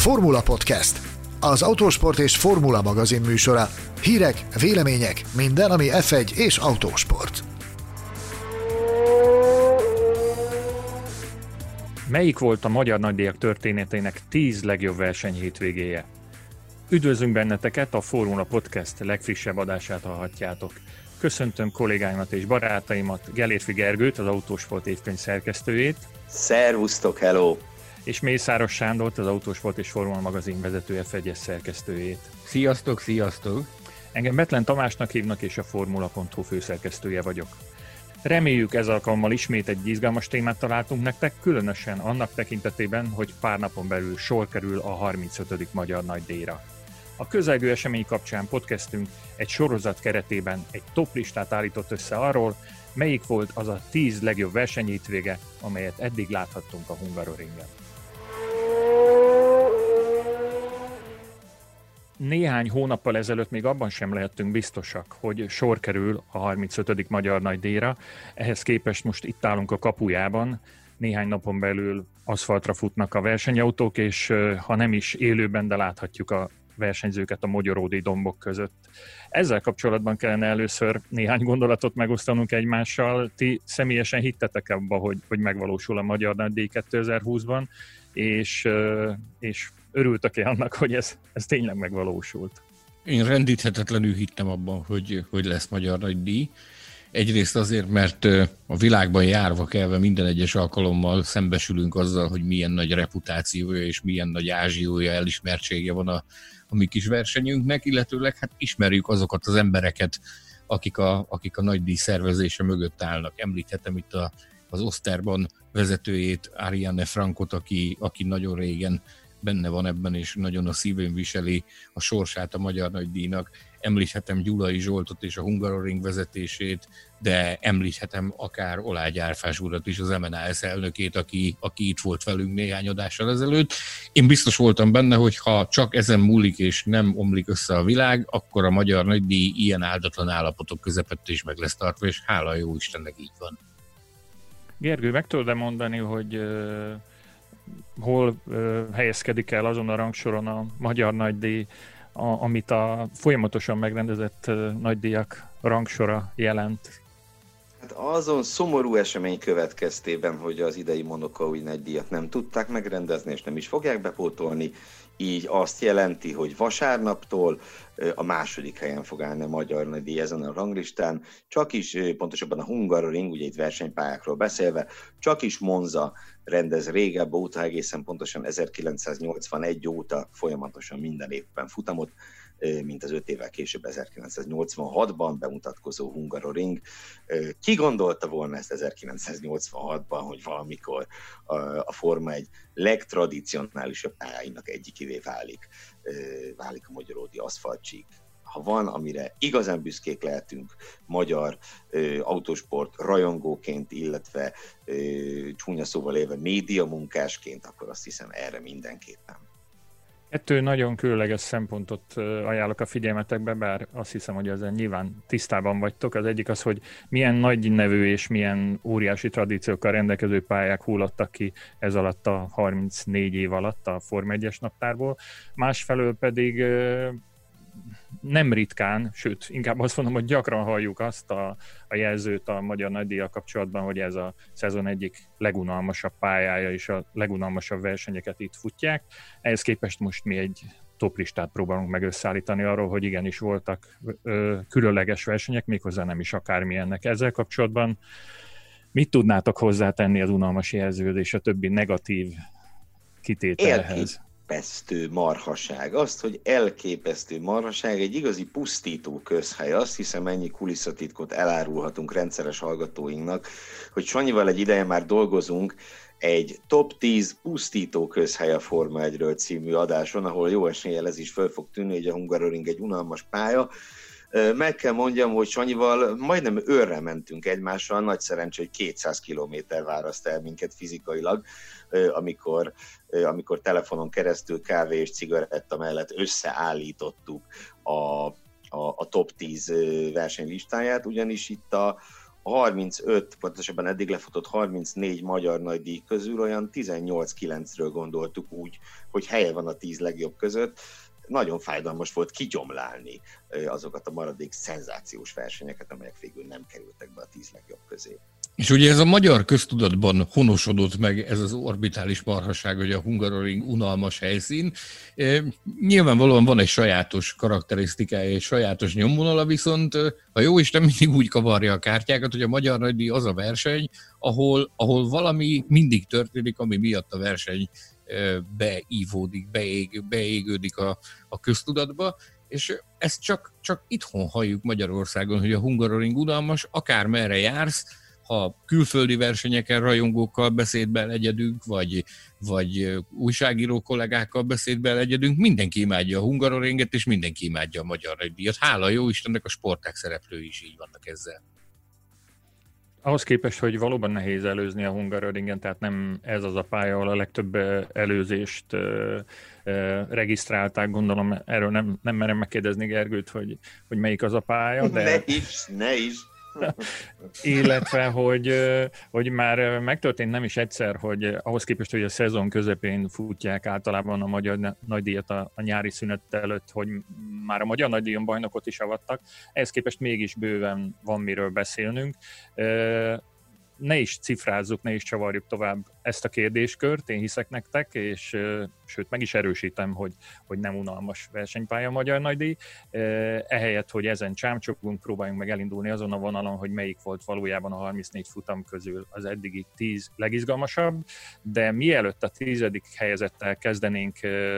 Formula Podcast, az autósport és formula magazin műsora. Hírek, vélemények, minden, ami F1 és autósport. Melyik volt a magyar nagydíjak történetének 10 legjobb verseny hétvégéje? Üdvözlünk benneteket, a Formula Podcast legfrissebb adását hallhatjátok. Köszöntöm kollégáimat és barátaimat, Gellérfi Gergőt, az Autósport évkönyv szerkesztőjét. Szervusztok, hello! És Mészáros Sándort, az Autósport és Formula magazin vezető F1-es szerkesztőjét. Sziasztok, sziasztok! Engem Betlen Tamásnak hívnak, és a Formula.hu főszerkesztője vagyok. Reméljük, ez alkalommal ismét egy izgalmas témát találtunk nektek, különösen annak tekintetében, hogy pár napon belül sor kerül a 35. Magyar Nagydíjra. A közelgő esemény kapcsán podcastünk egy sorozat keretében egy top listát állított össze arról, melyik volt az a 10 legjobb versenyhétvége, amelyet eddig láthattunk a Hungaroringen. Néhány hónappal ezelőtt még abban sem lehettünk biztosak, hogy sor kerül a 35. Magyar Nagydíjra. Ehhez képest most itt állunk a kapujában, néhány napon belül aszfaltra futnak a versenyautók, és ha nem is élőben, de láthatjuk a versenyzőket a mogyoródi dombok között. Ezzel kapcsolatban kellene először néhány gondolatot megosztanunk egymással. Ti személyesen hittetek abba, hogy megvalósul a Magyar Nagydíj 2020-ban, és örültek-e annak, hogy ez tényleg megvalósult? Én rendíthetetlenül hittem abban, hogy lesz Magyar Nagydíj. Egyrészt azért, mert a világban járva kelve minden egyes alkalommal szembesülünk azzal, hogy milyen nagy reputációja és milyen nagy ázsiója, elismertsége van a mi kis versenyünknek, illetőleg hát ismerjük azokat az embereket, akik a nagydíj szervezése mögött állnak. Említhetem itt az Oszterban vezetőjét, Ariane Frankot, aki nagyon régen benne van ebben, és nagyon a szívén viseli a sorsát a Magyar Nagydíjnak. Említhetem Gyulai Zsoltot és a Hungaroring vezetését, de említhetem akár Olágy Árfás urat is, az MNAS elnökét, aki itt volt velünk néhány adással ezelőtt. Én biztos voltam benne, hogy ha csak ezen múlik és nem omlik össze a világ, akkor a Magyar Nagydíj ilyen áldatlan állapotok közepette is meg lesz tartva, és hála jó Istennek így van. Gergő, meg tudod mondani, hogy hol helyezkedik el azon a rangsoron a Magyar Nagydíj, amit a folyamatosan megrendezett nagydíjak rangsora jelent? Hát azon szomorú esemény következtében, hogy az idei Monaco-i nagydíjat nem tudták megrendezni, és nem is fogják bepótolni, így azt jelenti, hogy vasárnaptól a második helyen fog állni a Magyar Nagydíj ezen a ranglistán, csak is, pontosabban a Hungaroring, ugye itt versenypályákról beszélve, csak is Monza rendez régebb óta, egészen pontosan 1981 óta folyamatosan minden évben futamot, mint az 5 évvel később 1986-ban bemutatkozó Hungaroring. Ki gondolta volna ezt 1986-ban, hogy valamikor a Forma egy legtradicionálisabb pályáinak egyikévé válik a magyaródi aszfaltcsík. Ha van, amire igazán büszkék lehetünk magyar autósport rajongóként, illetve csúnya szóval élve médiamunkásként, akkor azt hiszem erre mindenképpen. 2 nagyon különleges szempontot ajánlok a figyelmetekbe, bár azt hiszem, hogy ezen nyilván tisztában vagytok. Az egyik az, hogy milyen nagy nevű és milyen óriási tradíciókkal rendelkező pályák hullottak ki ez alatt a 34 év alatt a Forma 1-es naptárból. Másfelől pedig nem ritkán, sőt, inkább azt mondom, hogy gyakran halljuk azt a jelzőt a Magyar Nagydíjjal kapcsolatban, hogy ez a szezon egyik legunalmasabb pályája, és a legunalmasabb versenyeket itt futják. Ehhez képest most mi egy toplistát próbálunk meg összeállítani arról, hogy igenis voltak különleges versenyek, méghozzá nem is akármilyennek. Ezzel kapcsolatban mit tudnátok hozzátenni az unalmas jelződ és a többi negatív kitételhez? Elképesztő marhaság. Azt, hogy elképesztő marhaság, egy igazi pusztító közhely. Azt hiszem, ennyi kulisszatitkot elárulhatunk rendszeres hallgatóinknak, hogy Sanyival egy ideje már dolgozunk egy top 10 pusztító közhely a Forma 1-ről című adáson, ahol jó eséllyel ez is föl fog tűnni, hogy a Hungaroring egy unalmas pálya. Meg kell mondjam, hogy Sanyival majdnem őrre mentünk egymással, nagy szerencsé, hogy 200 kilométer választ el minket fizikailag, amikor telefonon keresztül kávé és cigaretta mellett összeállítottuk a top 10 versenylistáját, ugyanis itt a 35, pontosabban eddig lefutott 34 magyar nagydíj közül olyan 18-9-ről gondoltuk úgy, hogy helye van a 10 legjobb között. Nagyon fájdalmas volt kigyomlálni azokat a maradék szenzációs versenyeket, amelyek végül nem kerültek be a 10 legjobb közé. És ugye ez a magyar köztudatban honosodott meg ez az orbitális marhaság, hogy a Hungaroring unalmas helyszín. Nyilvánvalóan van egy sajátos karakterisztikája, egy sajátos nyomvonala, viszont a jóisten mindig úgy kavarja a kártyákat, hogy a magyar nagydíj az a verseny, ahol valami mindig történik, ami miatt a verseny beívódik, beégődik a köztudatba, és ezt csak itthon halljuk Magyarországon, hogy a Hungaroring unalmas, akármerre jársz, ha külföldi versenyeken rajongókkal beszédbe legyedünk, vagy újságíró kollégákkal beszédbe legyedünk, mindenki imádja a Hungaroringet, és mindenki imádja a magyar nagydíjat. Hála jó Istennek, a sportág szereplői is így vannak ezzel. Ahhoz képest, hogy valóban nehéz előzni a Hungaroringen, tehát nem ez az a pálya, ahol a legtöbb előzést regisztrálták, gondolom erről nem merem megkérdezni Gergőt, hogy melyik az a pálya, de... Ne is! Illetve, hogy már megtörtént nem is egyszer, hogy ahhoz képest, hogy a szezon közepén futják általában a magyar nagydíjat a nyári szünet előtt, hogy már a magyar nagydíjon bajnokot is avattak, ehhez képest mégis bőven van miről beszélnünk. Ne is cifrázzuk, ne is csavarjuk tovább ezt a kérdéskört, én hiszek nektek, és sőt, meg is erősítem, hogy nem unalmas versenypálya a magyar nagydíj. Ehelyett, hogy ezen csámcsogunk, próbáljunk meg elindulni azon a vonalon, hogy melyik volt valójában a 34 futam közül az eddigi 10 legizgalmasabb, de mielőtt a 10. helyezettel kezdenénk,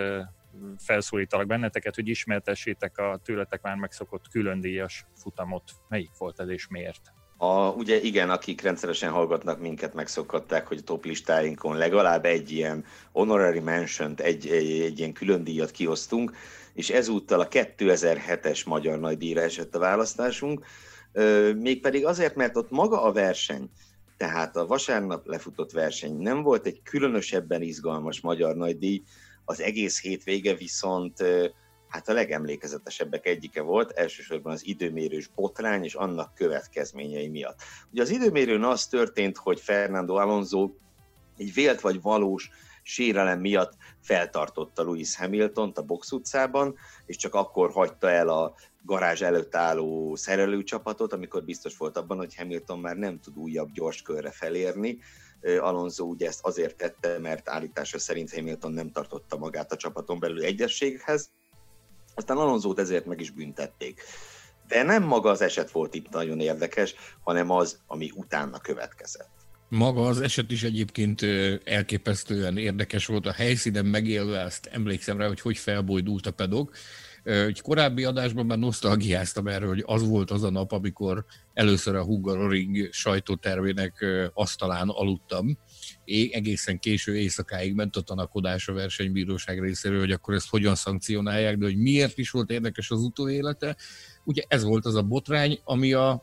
felszólítalak benneteket, hogy ismertessétek a tőletek már megszokott különdíjas futamot. Melyik volt ez és miért? Ugye igen, akik rendszeresen hallgatnak minket, megszokhatták, hogy a top listáinkon legalább egy ilyen honorary mention-t, egy ilyen külön díjat kihoztunk, és ezúttal a 2007-es magyar nagydíjra esett a választásunk, mégpedig azért, mert ott maga a verseny, tehát a vasárnap lefutott verseny nem volt egy különösebben izgalmas magyar nagydíj, az egész hétvége viszont hát a legemlékezetesebbek egyike volt, elsősorban az időmérős botrány és annak következményei miatt. Ugye az időmérőn az történt, hogy Fernando Alonso egy vélt vagy valós sérelem miatt feltartotta Lewis Hamiltont a box utcában, és csak akkor hagyta el a garázs előtt álló szerelőcsapatot, amikor biztos volt abban, hogy Hamilton már nem tud újabb gyors körre felérni. Alonso ugye ezt azért tette, mert állítása szerint Hamilton nem tartotta magát a csapaton belül egyességhez, aztán Alonsót ezért meg is büntették. De nem maga az eset volt itt nagyon érdekes, hanem az, ami utána következett. Maga az eset is egyébként elképesztően érdekes volt. A helyszínen megélve, azt emlékszem rá, hogy felbojdult a pedok. Egy korábbi adásban már nosztalgiáztam erről, hogy az volt az a nap, amikor először a Hungaroring sajtótervének asztalán aludtam. Egészen késő éjszakáig ment a tanakodás a versenybíróság részéről, hogy akkor ezt hogyan szankcionálják, de hogy miért is volt érdekes az utóélete. Ugye ez volt az a botrány, ami a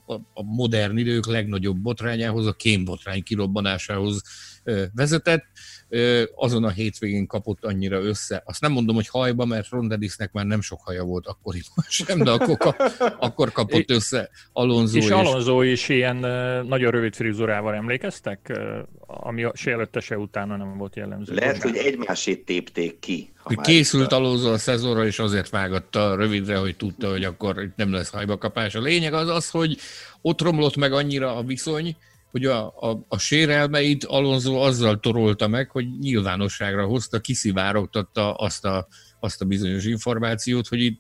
modern idők legnagyobb botrányához, a kémbotrány kirobbanásához vezetett. Azon a hétvégén kapott annyira össze. Azt nem mondom, hogy hajba, mert Ron Dennisnek már nem sok haja volt akkoriban sem, de akkor kapott össze Alonso. És Alonso is ilyen nagyon rövid frizurával, emlékeztek? Ami se előtte, se utána nem volt jellemző. Lehet, hogy egymásét tépték ki. Készült Alonso a szezonra, és azért vágatta rövidre, hogy tudta, hogy akkor nem lesz hajbakapás. A lényeg az, hogy ott romlott meg annyira a viszony, hogy a sérelmeit Alonso azzal torolta meg, hogy nyilvánosságra hozta, kiszivárogtatta azt a bizonyos információt, hogy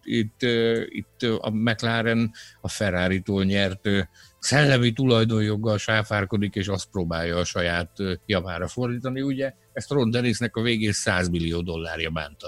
itt a McLaren a Ferrari-tól nyert szellemi tulajdonjoggal sáfárkodik, és azt próbálja a saját javára fordítani. Ugye ezt Ron Dennisnek a végén $100 millió bánta.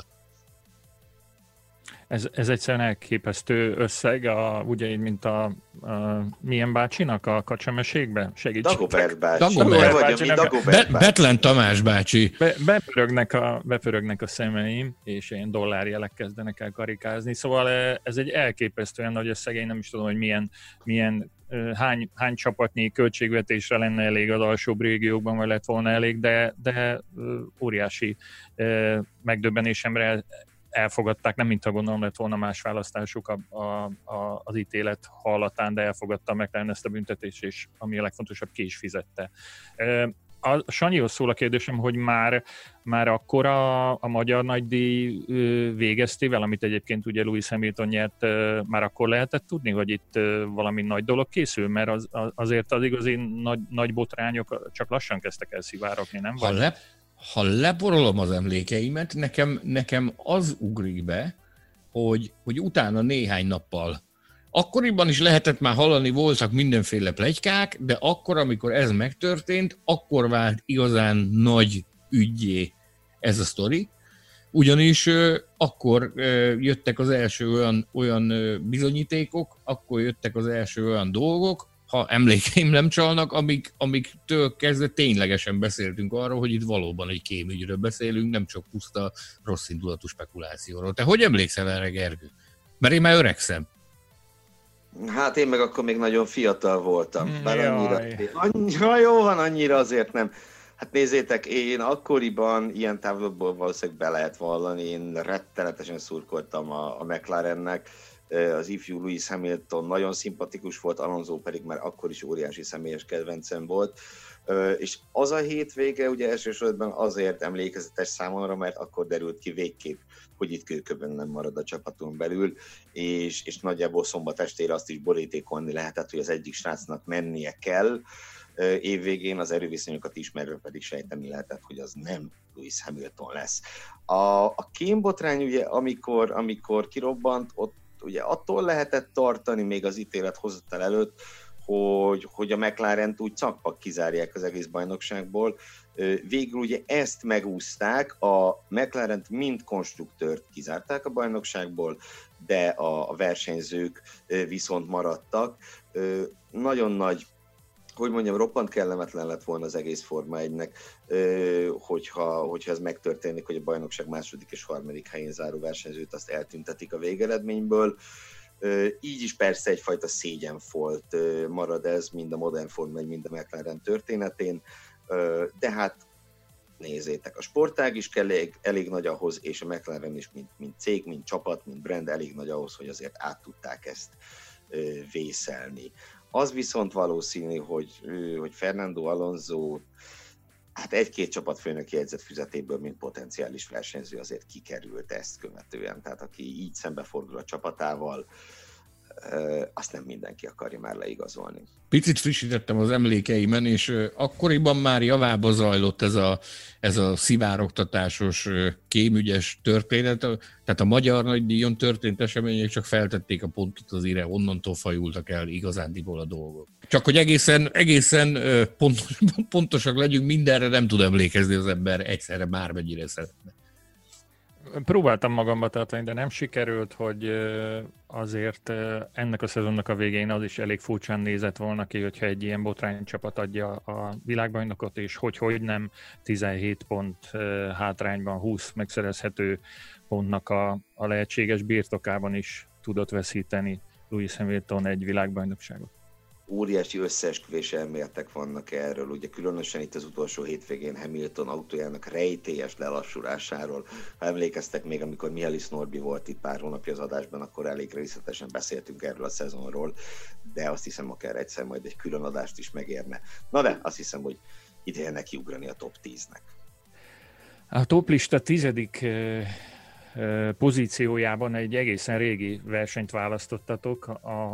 Ez egyszerűen elképesztő összeg, ugye mint a milyen bácsinak a kacsameségben? Dagobert bácsi. Betlen Tamás bácsi. Bepörögnek a szemeim, és ilyen dollárjelek kezdenek el karikázni. Szóval ez egy elképesztően nagy összeg, én nem is tudom, hogy milyen hány csapatnyi költségvetésre lenne elég az alsóbb régiókban, vagy lett volna elég, de óriási megdöbbenésemre elfogadták, nem mintha gondolom lett volna más választásuk az ítélet hallatán, de elfogadta a McLaren ezt a büntetést, és ami a legfontosabb, ki is fizette. A Sanyihoz szól a kérdésem, hogy már akkor a magyar nagydíj végeztével, amit egyébként ugye Lewis Hamilton nyert, már akkor lehetett tudni, hogy itt valami nagy dolog készül, mert azért az igazi nagy botrányok csak lassan kezdtek el szivárogni, nem? Ha leporolom az emlékeimet, nekem az ugrik be, hogy utána néhány nappal, akkoriban is lehetett már hallani, voltak mindenféle pletykák, de akkor, amikor ez megtörtént, akkor vált igazán nagy üggyé ez a sztori. Ugyanis akkor jöttek az első olyan bizonyítékok, akkor jöttek az első olyan dolgok, ha emlékeim nem csalnak, amiktől kezdve ténylegesen beszéltünk arról, hogy itt valóban egy kémügyről beszélünk, nem csak puszta rosszindulatú spekulációról. Te hogy emlékszel erre, Gergő? Mert én már öregszem. Hát én meg akkor még nagyon fiatal voltam. Bár annyira jó van, annyira azért nem. Hát nézzétek, én akkoriban ilyen távlatból valószínűleg be lehet vallani, én rettenetesen szurkoltam a McLarennek. Az ifjú Lewis Hamilton nagyon szimpatikus volt, Alonso pedig már akkor is óriási személyes kedvencem volt. És az a hétvége ugye elsősorban azért emlékezetes számomra, mert akkor derült ki végképp, hogy itt kőköbön nem marad a csapaton belül, és nagyjából szombat estére azt is borítékolni lehetett, hogy az egyik srácnak mennie kell. Évvégén az erőviszonyokat ismerve pedig sejteni lehetett, hogy az nem Lewis Hamilton lesz. A kémbotrány ugye, amikor kirobbant, ott ugye attól lehetett tartani még az ítélet hozatal előtt, hogy a McLarent úgy cakpak kizárják az egész bajnokságból. Végül ugye ezt megúszták, a McLarent mind konstruktőrt kizárták a bajnokságból, de a versenyzők viszont maradtak. Nagyon nagy, hogy mondjam, roppant kellemetlen lett volna az egész Forma 1-nek, hogyha ez megtörténik, hogy a bajnokság második és harmadik helyén záró versenyzőt azt eltüntetik a végeredményből. Így is persze egyfajta szégyenfolt marad ez, mind a modern Forma 1, mind a McLaren történetén, de hát nézzétek, a sportág is elég nagy ahhoz, és a McLaren is, mint cég, mint csapat, mint brand elég nagy ahhoz, hogy azért át tudták ezt vészelni. Az viszont valószínű, hogy Fernando Alonso hát egy-két csapatfőnöki jegyzetfüzetéből, mint potenciális versenyző azért kikerült ezt követően. Tehát aki így szembefordul a csapatával, azt nem mindenki akarja már leigazolni. Picit frissítettem az emlékeimen, és akkoriban már javába zajlott ez a szivárogtatásos, kémügyes történet. Tehát a magyar nagydíjon történt események csak feltették a pontot az ire, onnantól fajultak el igazándiból a dolgok. Csak hogy egészen pontosak legyünk, mindenre nem tud emlékezni az ember egyszerre bármennyire szeretne. Próbáltam magamba tartani, de nem sikerült, hogy azért ennek a szezonnak a végén az is elég furcsán nézett volna ki, hogyha egy ilyen botránycsapat adja a világbajnokot, és hogy nem 17 pont hátrányban 20 megszerezhető pontnak a lehetséges birtokában is tudott veszíteni Lewis Hamilton egy világbajnokságot. Óriási összeesküvés elméletek vannak erről, ugye különösen itt az utolsó hétvégén Hamilton autójának rejtélyes lelassulásáról. Ha emlékeztek még, amikor Mihális Norbi volt itt pár hónapja az adásban, akkor elég részletesen beszéltünk erről a szezonról, de azt hiszem, akár egyszer majd egy külön adást is megérne. Na de azt hiszem, hogy ideje nekiugrani a top 10-nek. A toplista 10. pozíciójában egy egészen régi versenyt választottatok,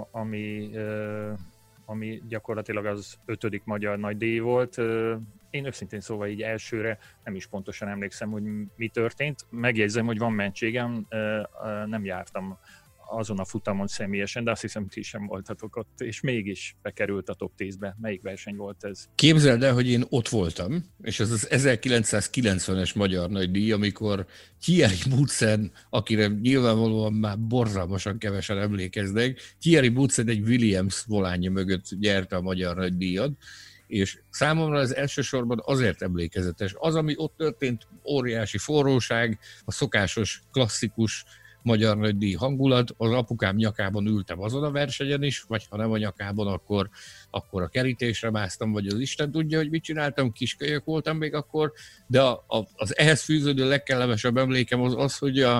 ami gyakorlatilag az 5. magyar nagydíj volt. Én őszintén szóval így elsőre nem is pontosan emlékszem, hogy mi történt. Megjegyzem, hogy van mentségem, nem jártam azon a futamon személyesen, de azt hiszem, ti sem voltatok ott, és mégis bekerült a top 10-be. Melyik verseny volt ez? Képzeld el, hogy én ott voltam, és ez az 1990-es magyar nagydíj, amikor Thierry Boutsen, akire nyilvánvalóan már borzalmasan kevesen emlékeznek, Thierry Boutsen egy Williams volánja mögött nyerte a magyar nagydíjat, és számomra ez elsősorban azért emlékezetes. Az, ami ott történt, óriási forróság, a szokásos, klasszikus magyar nagydíj hangulat, az apukám nyakában ültem azon a versenyen is, vagy ha nem a nyakában, akkor a kerítésre másztam, vagy az Isten tudja, hogy mit csináltam, kiskölyök voltam még akkor, de az ehhez fűződő legkellemesebb emlékem az, hogy a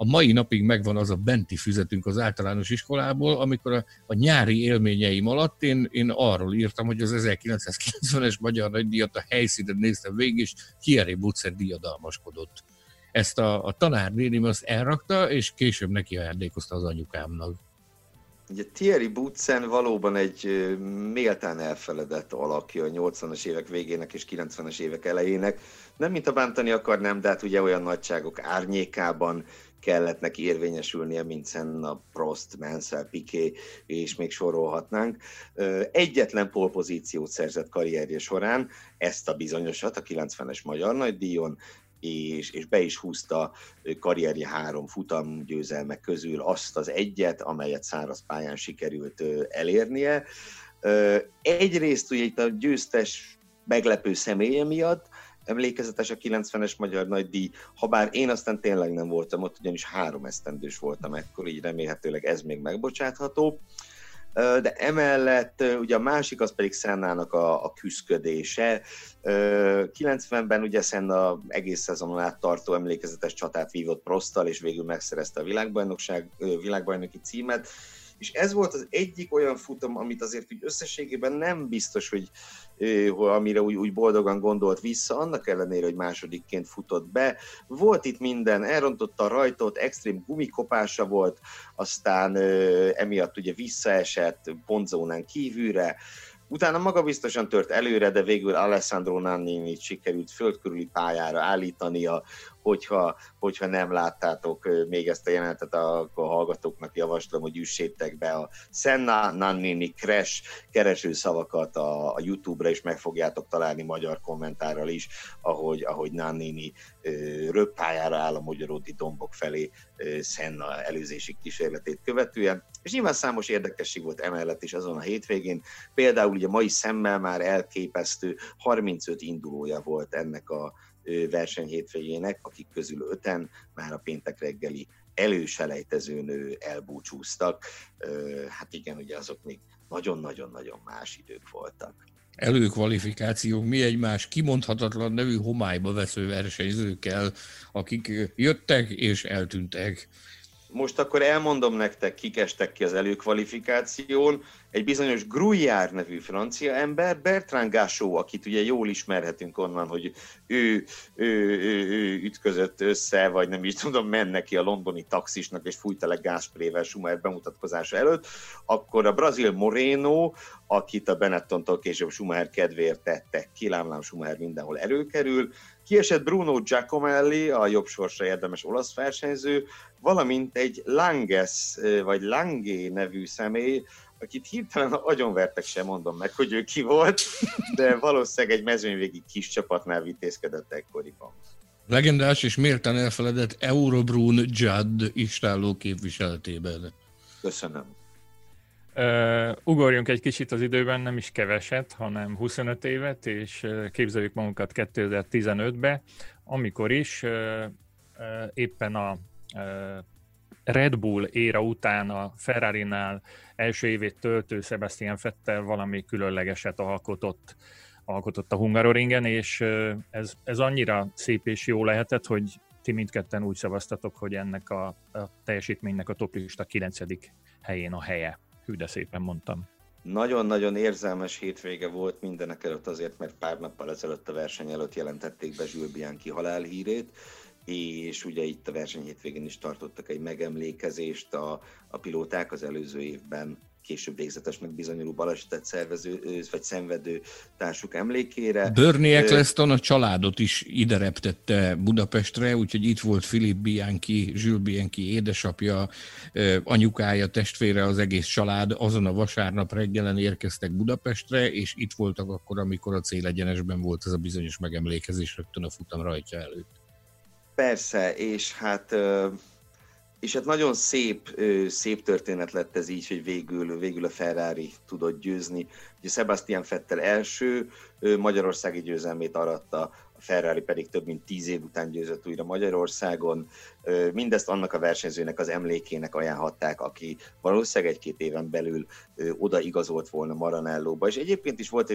a mai napig megvan az a benti füzetünk az általános iskolából, amikor a nyári élményeim alatt én arról írtam, hogy az 1990-es Magyar Nagydíjat a helyszínen néztem végig, és Thierry Butzen diadalmaskodott. Ezt a tanárnénim azt elrakta, és később neki ajándékozta az anyukámnak. Ugye Thierry Butzen valóban egy méltán elfeledett alakja a 80-as évek végének és 90-es évek elejének. Nem mint a bántani akarnám, de hát ugye olyan nagyságok árnyékában kellett neki érvényesülnie, mint Senna, Prost, Mansell, Piquet, és még sorolhatnánk. Egyetlen pole-pozíciót szerzett karrierje során, ezt a bizonyosat a 90-es Magyar Nagydíjon, és be is húzta karrierje 3 futamgyőzelmek közül azt az egyet, amelyet száraz pályán sikerült elérnie. Egyrészt ugye itt a győztes meglepő személye miatt emlékezetes a 90-es Magyar Nagydíj, habár én aztán tényleg nem voltam ott, ugyanis 3 esztendős voltam ekkor, így remélhetőleg ez még megbocsátható. De emellett ugye a másik az pedig Sennának a küszködése. 90-ben ugye Senna egész szezonon át tartó emlékezetes csatát vívott Prosttal, és végül megszerezte a világbajnoki címet. És ez volt az egyik olyan futam, amit azért úgy összességében nem biztos, hogy amire úgy boldogan gondolt vissza, annak ellenére, hogy másodikként futott be. Volt itt minden, elrontotta a rajtot, extrém gumikopása volt, aztán emiatt ugye visszaesett pontzónán kívülre, utána magabiztosan tört előre, de végül Alessandro Nannini sikerült földkörüli pályára állítania, hogyha nem láttátok még ezt a jelenetet, akkor a hallgatóknak javaslom, hogy üssétek be a Senna Nannini crash kereső szavakat a YouTube-ra, és meg fogjátok találni magyar kommentárral is, ahogy Nannini röppályára áll a magyaródi dombok felé Senna előzési kísérletét követően. És nyilván számos érdekesség volt emellett is azon a hétvégén. Például ugye mai szemmel már elképesztő 35 indulója volt ennek a verseny hétvégének, akik közül 5-en már a péntek reggeli előselejtezőn elbúcsúztak. Hát igen, ugye azok még nagyon-nagyon-nagyon más idők voltak. Előkvalifikációk, mi egymás kimondhatatlan nevű homályba vesző versenyzőkkel, akik jöttek és eltűntek. Most akkor elmondom nektek, kik estek ki az előkvalifikáción. Egy bizonyos Gruyár nevű francia ember, Bertrand Gachot, akit ugye jól ismerhetünk onnan, hogy ő ütközött össze, vagy nem is tudom, ment neki a londoni taxisnak, és fújta le gázsprével Schumacher bemutatkozása előtt. Akkor a brazil Moreno, akit a Benettontól később Schumacher kedvéért tettek ki, lámlám Schumacher mindenhol előkerül. Kiesett Bruno Giacomelli, a jobb sorsra érdemes olasz versenyző, valamint egy Langes, vagy Langé nevű személy, akit hirtelen agyonvertek, sem mondom meg, hogy ő ki volt, de valószínűleg egy mezőnyvégi kis csapatnál vitézkedett ekkoriban. Legendás és méltán elfeledett Eurobrun Judd istálló képviseletében. Köszönöm. Ugorjunk egy kicsit az időben, nem is keveset, hanem 25 évet, és képzeljük magunkat 2015-be, amikor is éppen a Red Bull éra után a Ferrarinál első évét töltő Sebastian Vettel valami különlegeset alkotott a Hungaroringen, és ez annyira szép és jó lehetett, hogy ti mindketten úgy szavaztatok, hogy ennek a teljesítménynek a toplista 9. helyén a helye. Hű, de szépen mondtam. Nagyon-nagyon érzelmes hétvége volt mindenek előtt azért, mert pár nappal ezelőtt a verseny előtt jelentették be Jules Bianchi halálhírét, és ugye itt a verseny hétvégén is tartottak egy megemlékezést a pilóták az előző évben később végzetesnek bizonyuló balesetet szenvedő társuk emlékére. Bernie Eccleston a családot is ide reptette Budapestre, úgyhogy itt volt Philippe Bianchi, Jules Bianchi édesapja, anyukája, testvére, az egész család azon a vasárnap reggelen érkeztek Budapestre, és itt voltak akkor, amikor a célegyenesben volt ez a bizonyos megemlékezés rögtön a futam rajtja előtt. Persze, és hát nagyon szép történet lett ez így, hogy végül a Ferrari tudott győzni. Ugye Sebastian Vettel első magyarországi győzelmét aratta a Ferrari pedig több mint 10 év után győzött újra Magyarországon. Mindezt annak a versenyzőnek az emlékének ajánlhatták, aki valószínűleg 1-2 éven belül oda igazolt volna Maranellóba. És egyébként is volt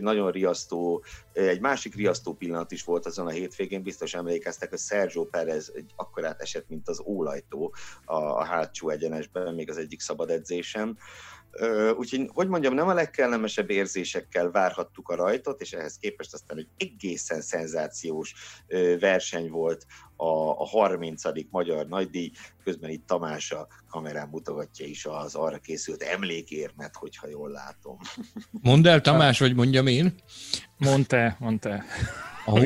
egy másik riasztó pillanat is volt azon a hétvégén, biztos emlékeztek, hogy Sergio Perez egy akkorát esett, mint az ólajtó a hátsó egyenesben, még az egyik szabad edzésem. Úgyhogy, hogy mondjam, nem a legkellemesebb érzésekkel várhattuk a rajtot, és ehhez képest aztán egy egészen szenzációs verseny volt a 30. magyar nagydíj. Közben itt Tamás a kamerán mutogatja is az arra készült emlékérmet, hogyha jól látom. Mondd el, Tamás, vagy mondjam én? Mondta. A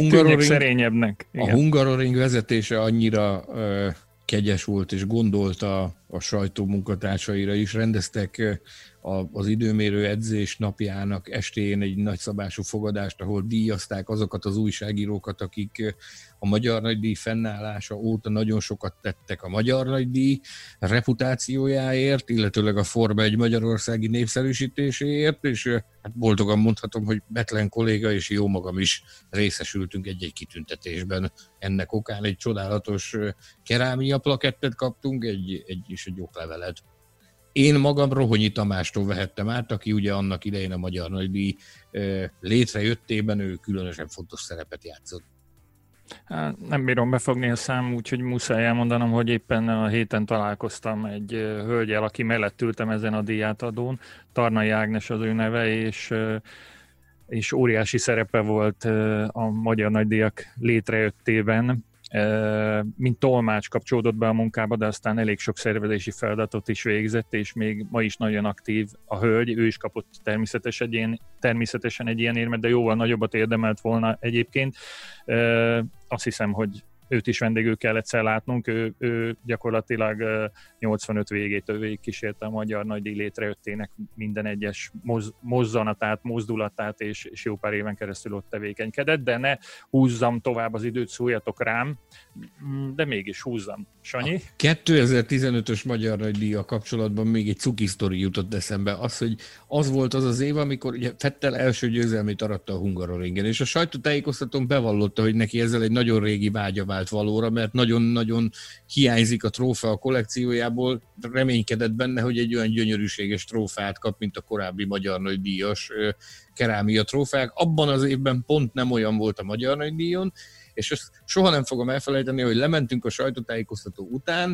Hungaroring vezetése annyira kegyes volt, és gondolta a sajtó munkatársaira is. Rendeztek az időmérő edzés napjának estéjén egy nagyszabású fogadást, ahol díjazták azokat az újságírókat, akik a Magyar Nagydíj fennállása óta nagyon sokat tettek a Magyar Nagydíj reputációjáért, illetőleg a Forma 1 magyarországi népszerűsítéséért, és hát boldogan mondhatom, hogy Betlen kolléga és jó magam is részesültünk egy-egy kitüntetésben. Ennek okán egy csodálatos kerámia plakettet kaptunk, és egy oklevelet. Én magam Rohonyi Tamástól vehettem át, aki ugye annak idején a Magyar Nagydíj létrejöttében ő különösen fontos szerepet játszott. Nem bírom befogni a szám, úgyhogy muszáj elmondanom, hogy éppen a héten találkoztam egy hölgyel, aki mellett ültem ezen a díjátadón. Tarnai Ágnes az ő neve, és óriási szerepe volt a Magyar Nagydíjak létrejöttében. Mint tolmács kapcsolódott be a munkába, de aztán elég sok szervezési feladatot is végzett, és még ma is nagyon aktív a hölgy. Ő is kapott természetesen egy ilyen érmet, de jóval nagyobbat érdemelt volna egyébként. Azt hiszem, hogy őt is vendégül kell egyszer látnunk, ő gyakorlatilag 85 végétől végig kísérte a Magyar Nagydíj létrejöttének minden egyes mozzanatát, mozdulatát, és jó pár éven keresztül ott tevékenykedett, de ne húzzam tovább az időt, szóljatok rám, de mégis húzzam. Sanyi? 2015-ös Magyar Nagydíjjal kapcsolatban még egy cuki sztori jutott eszembe, hogy az volt az az év, amikor ugye Vettel első győzelmét aratta a Hungaroringen, és a sajtótájékoztatón bevallotta, hogy neki ezzel egy nagyon régi vágya vált valóra, mert nagyon-nagyon hiányzik a trófea a kollekciójából, reménykedett benne, hogy egy olyan gyönyörűséges trófeát kap, mint a korábbi Magyar Nagydíjas kerámia trófeák. Abban az évben pont nem olyan volt a Magyar Nagydíjon, és ezt soha nem fogom elfelejteni, hogy lementünk a sajtótájékoztató után,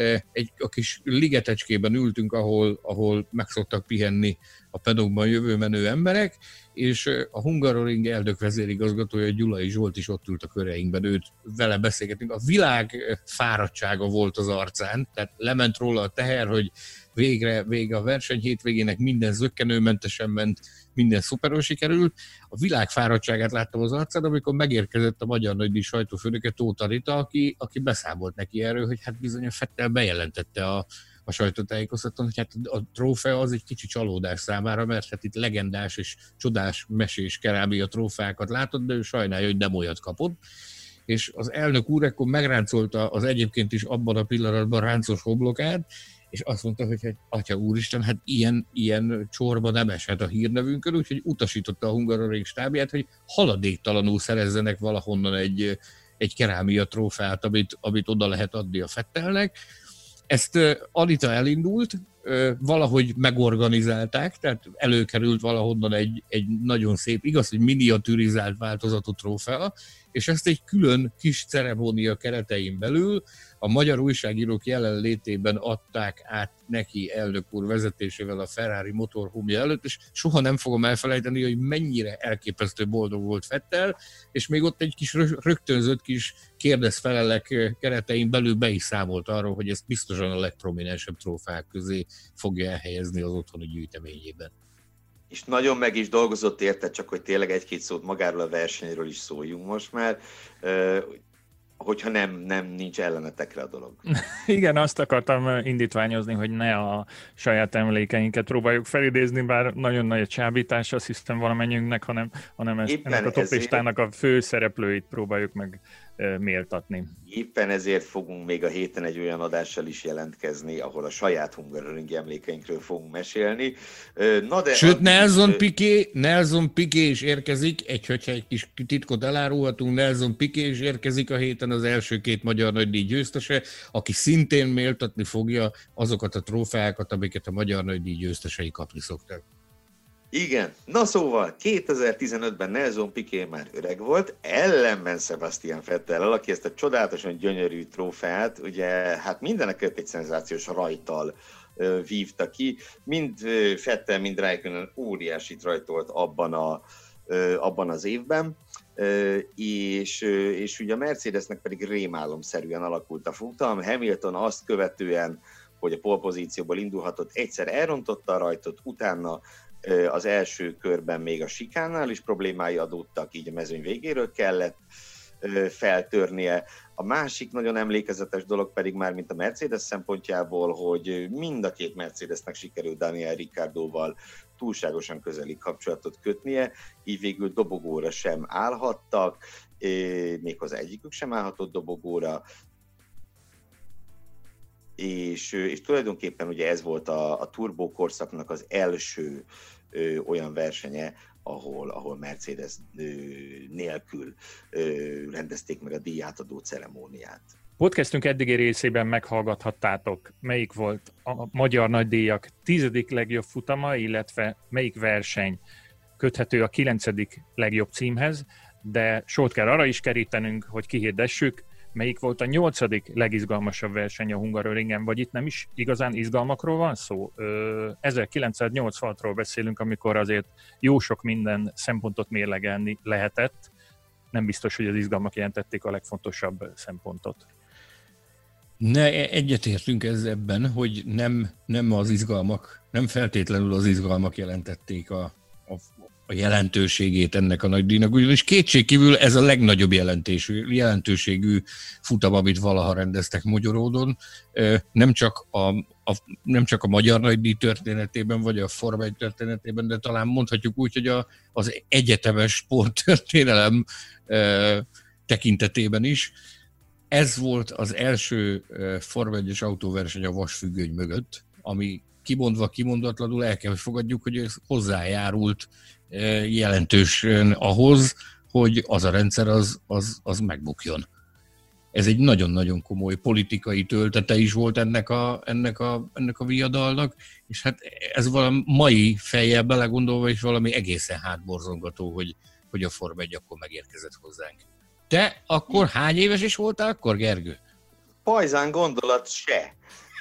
a kis ligetecskében ültünk, ahol meg szoktak pihenni a pedokban jövő menő emberek, és a Hungaroring elnök vezérigazgatója Gyulai Zsolt is ott ült a köreinkben, vele beszélgetünk. A világ fáradtsága volt az arcán, tehát lement róla a teher, hogy vége a verseny hétvégének, minden zökkenőmentesen ment, minden szuperul sikerült. A világ fáradtságát láttam az arcán, amikor megérkezett a Magyar Nagydíj sajtófőnöke, Tóth Anita, aki beszámolt neki erről, hogy hát bizony a Vettel bejelentette a sajtótájékoztatón, hogy hát a trófea az egy kicsi csalódás számára, mert hát itt legendás és csodás mesés kerámia trófeákat látott, de ő sajnálja, hogy nem olyat kapott. És az elnök úr ekkor megráncolta az egyébként is abban a pillanatban ráncos hoblokát, és azt mondta, hogy hát, atya úristen, hát ilyen csorba nem eshet a hírnevünkön, úgyhogy utasította a Hungaroring stábját, hogy haladéktalanul szerezzenek valahonnan egy kerámia trófeát, amit oda lehet adni a Vettelnek. Ezt Anita elindult, valahogy megorganizálták, tehát előkerült valahonnan egy nagyon szép, igaz, hogy miniaturizált változatú trófea, és ezt egy külön kis ceremónia keretein belül a magyar újságírók jelenlétében adták át neki elnök úr vezetésével a Ferrari motorhómja előtt, és soha nem fogom elfelejteni, hogy mennyire elképesztő boldog volt Vettel, és még ott egy kis rögtönzött kis kérdez-felelek keretein belül be is számolt arról, hogy ezt biztosan a legprominensebb trófeák közé fogja elhelyezni az otthoni gyűjteményében. És nagyon meg is dolgozott érte, csak hogy tényleg egy-két szót magáról a versenyről is szóljunk most már, hogyha nincs ellenetekre a dolog. Igen, azt akartam indítványozni, hogy ne a saját emlékeinket próbáljuk felidézni, bár nagyon nagy a csábítás, azt hiszem valamennyiünknek, hanem ennek a toplistának a fő szereplőit próbáljuk meg méltatni. Éppen ezért fogunk még a héten egy olyan adással is jelentkezni, ahol a saját Hungaroring emlékeinkről fogunk mesélni. Sőt, Nelson Piqué is érkezik, hogyha egy kis titkot elárulhatunk, Nelson Piqué is érkezik a héten, az első 2 magyar nagydíj győztese, aki szintén méltatni fogja azokat a trófeákat, amiket a magyar nagydíj győztesei kapni szoktak. Igen, na szóval 2015-ben Nelson Piqué már öreg volt, ellenben Sebastian Vettel, aki ezt a csodálatosan gyönyörű trófeát, ugye hát mindenekért egy szenzációs rajttal vívta ki, mind Vettel, mind Räikkönen óriásit rajtolt abban az évben, és ugye a Mercedesnek pedig rémálomszerűen alakult a futam. Hamilton azt követően, hogy a pole pozícióból indulhatott, egyszer elrontotta a rajtot, utána az első körben még a sikánál is problémái adódtak, így a mezőny végéről kellett feltörnie. A másik nagyon emlékezetes dolog pedig már, mint a Mercedes szempontjából, hogy mind a 2 Mercedesnek sikerült Daniel Ricciardóval túlságosan közeli kapcsolatot kötnie, így végül dobogóra sem állhattak, méghozzá egyikük sem állhatott dobogóra, és tulajdonképpen ugye ez volt a turbo korszaknak az első olyan versenye, ahol Mercedes nélkül rendezték meg a díjátadó ceremóniát. Podcastünk eddigi részében meghallgathattátok, melyik volt a magyar nagydíjak 10. legjobb futama, illetve melyik verseny köthető a 9. legjobb címhez, de sort kell arra is kerítenünk, hogy kihirdessük, melyik volt a 8. legizgalmasabb verseny a Hungaroringen, vagy itt nem is igazán izgalmakról van szó. 1986-ról beszélünk, amikor azért jó sok minden szempontot mérlegelni lehetett. Nem biztos, hogy az izgalmak jelentették a legfontosabb szempontot. Egyetértünk ebben, hogy nem az izgalmak, nem feltétlenül az izgalmak jelentették a jelentőségét ennek a nagydíjnak, ugyanis kétségkívül ez a legnagyobb jelentőségű futam, amit valaha rendeztek Magyaródon. Nem csak a magyar nagydíj történetében, vagy a Forma 1 történetében, de talán mondhatjuk úgy, hogy az egyetemes sporttörténelem tekintetében is. Ez volt az első Forma 1-es autóverseny a vasfüggöny mögött, ami kimondatlanul el kell, hogy fogadjuk, hogy ez hozzájárult jelentősen ahhoz, hogy az a rendszer az megbukjon. Ez egy nagyon-nagyon komoly politikai töltete is volt ennek a viadalnak, és hát ez valami mai fejjel belegondolva is valami egészen hátborzongató, hogy a Forma 1 akkor megérkezett hozzánk. Te akkor hány éves is voltál akkor, Gergő? Pajzán gondolat se.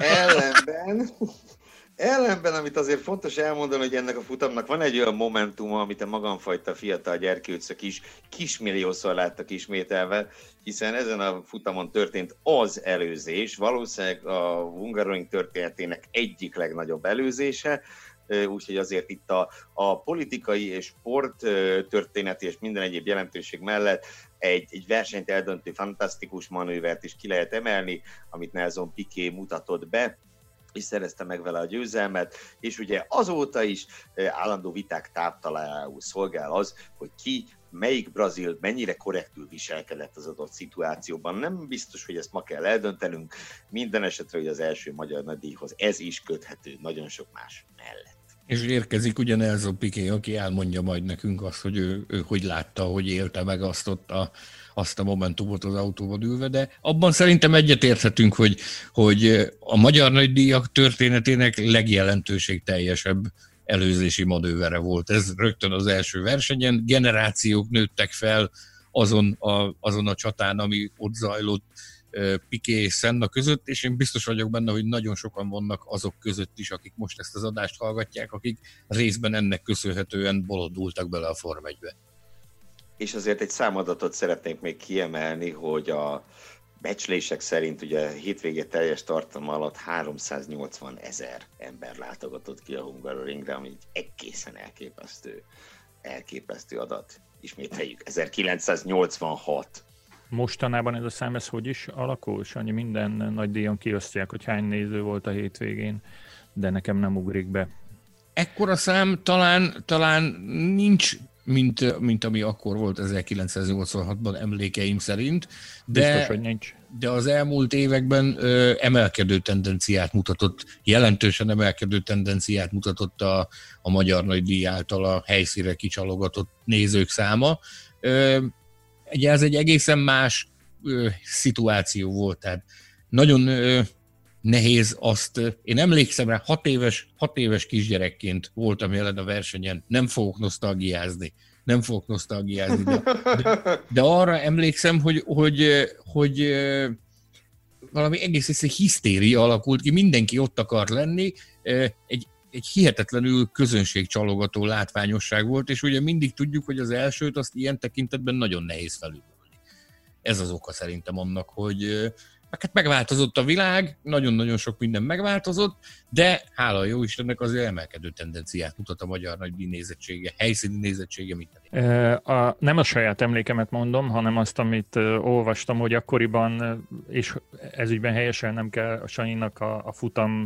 Ellenben, amit azért fontos elmondani, hogy ennek a futamnak van egy olyan momentuma, amit a magamfajta fiatal gyerkőcök is kismilliószor láttak ismételve, hiszen ezen a futamon történt az előzés, valószínűleg a Hungaroring történetének egyik legnagyobb előzése, úgyhogy azért itt a politikai és sport történeti és minden egyéb jelentőség mellett egy versenyt eldöntő fantasztikus manővert is ki lehet emelni, amit Nelson Piqué mutatott be, és szerezte meg vele a győzelmet, és ugye azóta is állandó viták táptalájául szolgál az, hogy melyik brazil mennyire korrektül viselkedett az adott szituációban. Nem biztos, hogy ezt ma kell eldöntenünk, minden esetre, hogy az első magyar nagydíjhoz ez is köthető nagyon sok más mellett. És érkezik ugye Nelson Piqué, aki elmondja majd nekünk azt, hogy ő hogy látta, hogy élte meg azt a momentumot az autóban ülve, de abban szerintem egyetérthetünk, hogy a magyar nagydíjak történetének legjelentőségteljesebb előzési manővere volt. Ez rögtön az első versenyen, generációk nőttek fel azon a csatán, ami ott zajlott Piqué és Senna között, és én biztos vagyok benne, hogy nagyon sokan vannak azok között is, akik most ezt az adást hallgatják, akik részben ennek köszönhetően bolondultak bele a Forma 1-be. És azért egy számadatot szeretnénk még kiemelni, hogy a becslések szerint ugye a hétvége teljes tartalma alatt 380 000 ember látogatott ki a Hungaroringre, ami egészen elképesztő adat. Ismételjük, 1986. Mostanában ez a szám, ez hogy is alakul? Sanyi, minden nagy díjon kiosztják, hogy hány néző volt a hétvégén, de nekem nem ugrik be. Ekkora szám talán nincs mint ami akkor volt 1986-ban emlékeim szerint. Biztos, hogy nincs. De az elmúlt években emelkedő tendenciát mutatott, jelentősen emelkedő tendenciát mutatott a Magyar Nagydíj által a helyszínre kicsalogatott nézők száma. Ugye ez egy egészen más szituáció volt, tehát nagyon nehéz azt, én emlékszem rá, 6 éves kisgyerekként voltam jelen a versenyen, nem fogok nosztalgiázni, de arra emlékszem, hogy valami egész hisztéria alakult ki, mindenki ott akart lenni, egy hihetetlenül közönségcsalogató látványosság volt, és ugye mindig tudjuk, hogy az elsőt azt ilyen tekintetben nagyon nehéz felülmúlni. Ez az oka szerintem annak, hogy hát megváltozott a világ, nagyon-nagyon sok minden megváltozott, de hála a jó Istennek azért emelkedő tendenciát mutat a Magyar Nagydíj nézettsége, helyszíni nézettsége minden. Nem a saját emlékemet mondom, hanem azt, amit olvastam, hogy akkoriban, és ezügyben helyesen nem kell a Sanyinak a futam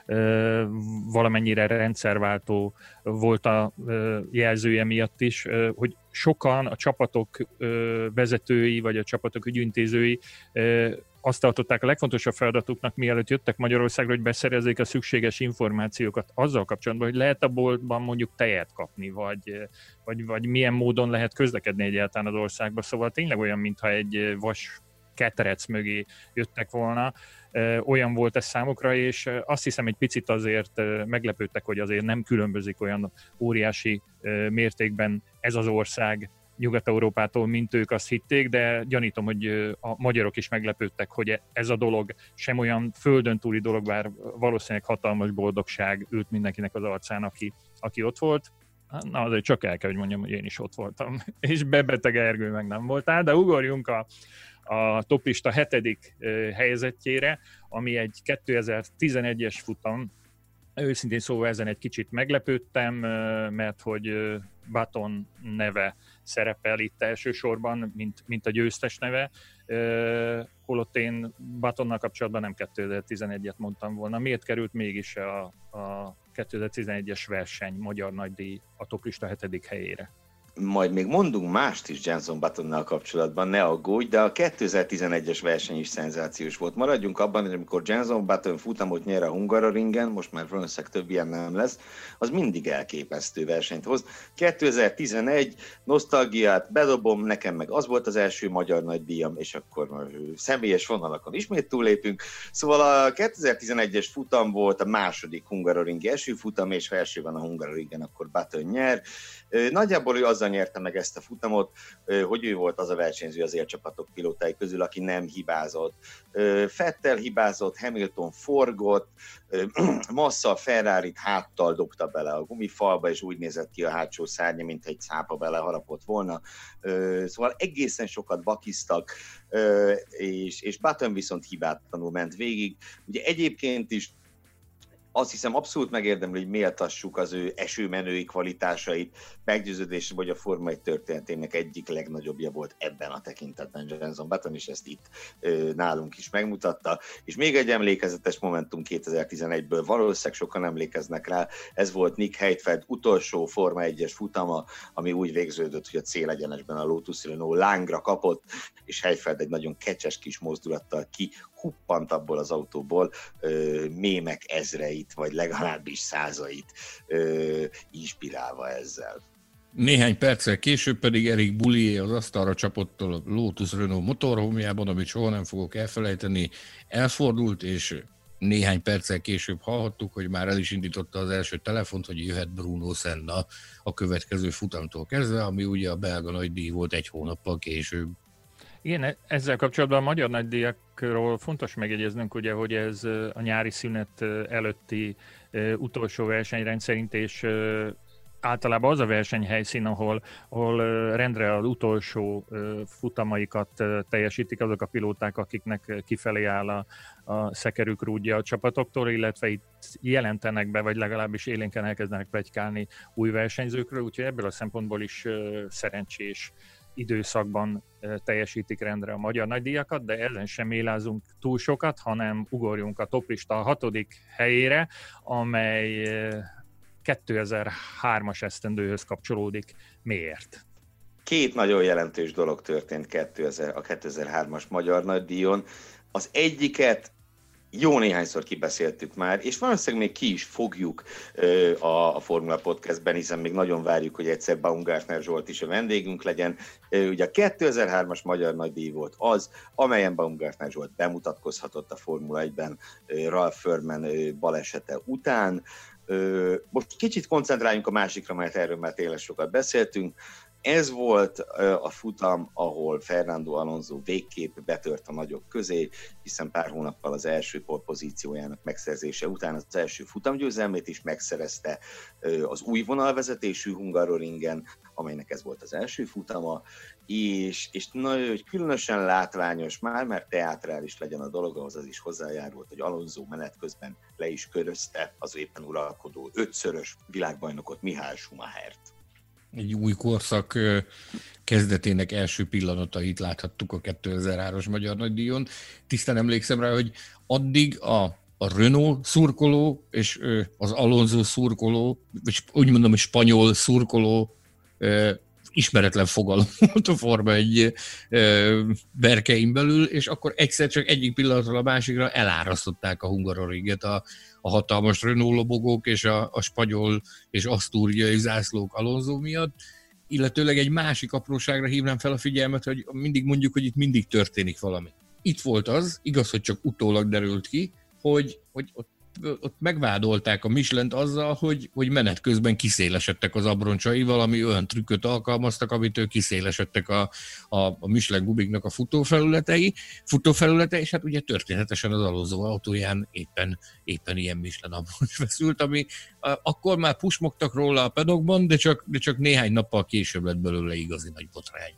valamennyire rendszerváltó volt a jelzője miatt is, hogy sokan a csapatok vezetői, vagy a csapatok ügyintézői azt tartották a legfontosabb feladatuknak, mielőtt jöttek Magyarországra, hogy beszerezzék a szükséges információkat azzal kapcsolatban, hogy lehet a boltban mondjuk tejet kapni, vagy milyen módon lehet közlekedni egyáltalán az országba. Szóval tényleg olyan, mintha egy vas ketrec mögé jöttek volna. Olyan volt ez számukra, és azt hiszem egy picit azért meglepődtek, hogy azért nem különbözik olyan óriási mértékben ez az ország Nyugat-Európától, mint ők azt hitték, de gyanítom, hogy a magyarok is meglepődtek, hogy ez a dolog sem olyan földön túli dolog, bár valószínűleg hatalmas boldogság ült mindenkinek az arcán, aki ott volt. Na, azért csak el kell, hogy mondjam, hogy én is ott voltam, és Bebeteg Ergő meg nem voltál, de ugorjunk a toplista 7. helyezettjére, ami egy 2011-es futam. Őszintén szóval ezen egy kicsit meglepődtem, mert hogy Button neve szerepel itt elsősorban, mint a győztes neve, holott én Buttonnal kapcsolatban nem 2011-et mondtam volna. Miért került mégis a 2011-es verseny Magyar Nagydíj a toplista 7. helyére? Majd még mondunk mást is Jenson Buttonnal kapcsolatban, ne aggódj, de a 2011-es verseny is szenzációs volt. Maradjunk abban, hogy amikor Jenson Button futamot nyer a Hungaroringen, most már valószínűleg több ilyen nem lesz, az mindig elképesztő versenyt hoz. 2011, nosztalgiát bedobom, nekem meg az volt az első Magyar Nagydíjam, és akkor személyes vonalakon ismét túllépünk. Szóval a 2011-es futam volt a második hungaroringi esőfutam, és ha első van a Hungaroringen, akkor Button nyer. Nagyjából ő azzal nyerte meg ezt a futamot, hogy ő volt az a versenyző az élcsapatok pilótái közül, aki nem hibázott. Vettel hibázott, Hamilton forgott, Massa a Ferrarit háttal dobta bele a gumifalba, és úgy nézett ki a hátsó szárnya, mint egy cápa beleharapott volna. Szóval egészen sokat bakiztak, és Button viszont hibátlanul ment végig. Ugye egyébként is azt hiszem abszolút megérdemli, hogy méltassuk az ő esőmenői kvalitásait, meggyőződésem, hogy a Forma 1 történetének egyik legnagyobbja volt ebben a tekintetben Jenson Button, és ezt itt nálunk is megmutatta. És még egy emlékezetes momentum 2011-ből, valószínűleg sokan emlékeznek rá, ez volt Nick Heidfeld utolsó Forma 1-es futama, ami úgy végződött, hogy a célegyenesben a Lotus Renault lángra kapott, és Heidfeld egy nagyon kecses kis mozdulattal kihuppant abból az autóból, mémek ezreit, vagy legalábbis százait inspirálva ezzel. Néhány perccel később pedig Eric Boulier az asztalra csapott a Lotus Renault motorhomjában, amit soha nem fogok elfelejteni, elfordult, és néhány perccel később hallhattuk, hogy már el is indította az első telefont, hogy jöhet Bruno Senna a következő futamtól kezdve, ami ugye a belga nagydíj volt egy hónappal később. Igen, ezzel kapcsolatban a Magyar Nagydíjakról fontos megjegyeznünk, ugye, hogy ez a nyári szünet előtti utolsó verseny rendszerint, és általában az a versenyhelyszín, ahol rendre az utolsó futamaikat teljesítik azok a pilóták, akiknek kifelé áll a szekerük rúdja a csapatoktól, illetve itt jelentenek be, vagy legalábbis élénken elkezdenek pletykálni új versenyzőkről, úgyhogy ebből a szempontból is szerencsés időszakban teljesítik rendre a Magyar Nagydíjakat, de ezen sem élázunk túl sokat, hanem ugorjunk a toplista 6. helyére, amely 2003-as esztendőhöz kapcsolódik. Miért? Két nagyon jelentős dolog történt a 2003-as Magyar Nagydíjon. Az egyiket jó néhányszor kibeszéltük már, és valószínűleg még ki is fogjuk a Formula Podcastben, hiszen még nagyon várjuk, hogy egyszer Baumgartner Zsolt is a vendégünk legyen. Ugye a 2003-as Magyar Nagydíj volt az, amelyen Baumgartner Zsolt bemutatkozhatott a Formula 1-ben Ralf Furman balesete után. Most kicsit koncentráljunk a másikra, mert erről már tényleg sokat beszéltünk. Ez volt a futam, ahol Fernando Alonso végképp betört a nagyok közé, hiszen pár hónappal az első pole-pozíciójának megszerzése után az első futamgyőzelmét is megszerezte az új vonalvezetésű Hungaroringen, amelynek ez volt az első futama, és nagyon különösen látványos már, mert teátrális legyen a dolog, ahhoz az is hozzájárult, hogy Alonso menet közben le is körözte az éppen uralkodó 5-szörös világbajnokot, Michael Schumachert. Egy új korszak kezdetének első pillanatait láthattuk a 2003-as Magyar Nagydíjon. Tisztán emlékszem rá, hogy addig a Renault szurkoló és az Alonso szurkoló, vagy úgy mondom, hogy spanyol szurkoló ismeretlen fogalom volt a Forma 1 berkein belül, és akkor egyszer csak egyik pillanatról a másikra elárasztották a Hungaroringet a hatalmas Renault lobogók és a spanyol és asztúriai zászlók Alonso miatt, illetőleg egy másik apróságra hívnám fel a figyelmet, hogy mindig mondjuk, hogy itt mindig történik valami. Itt volt az, igaz, hogy csak utólag derült ki, hogy ott megvádolták a Michelint azzal, hogy menet közben kiszélesedtek az abroncsai, valami olyan trükköt alkalmaztak, amitől kiszélesedtek a Michelin gumiknak a futófelülete, és hát ugye történetesen az Alonso autóján éppen ilyen Michelin abroncs feszült, ami akkor már pusmogtak róla a pedokban, de csak néhány nappal később lett belőle igazi nagy botrány.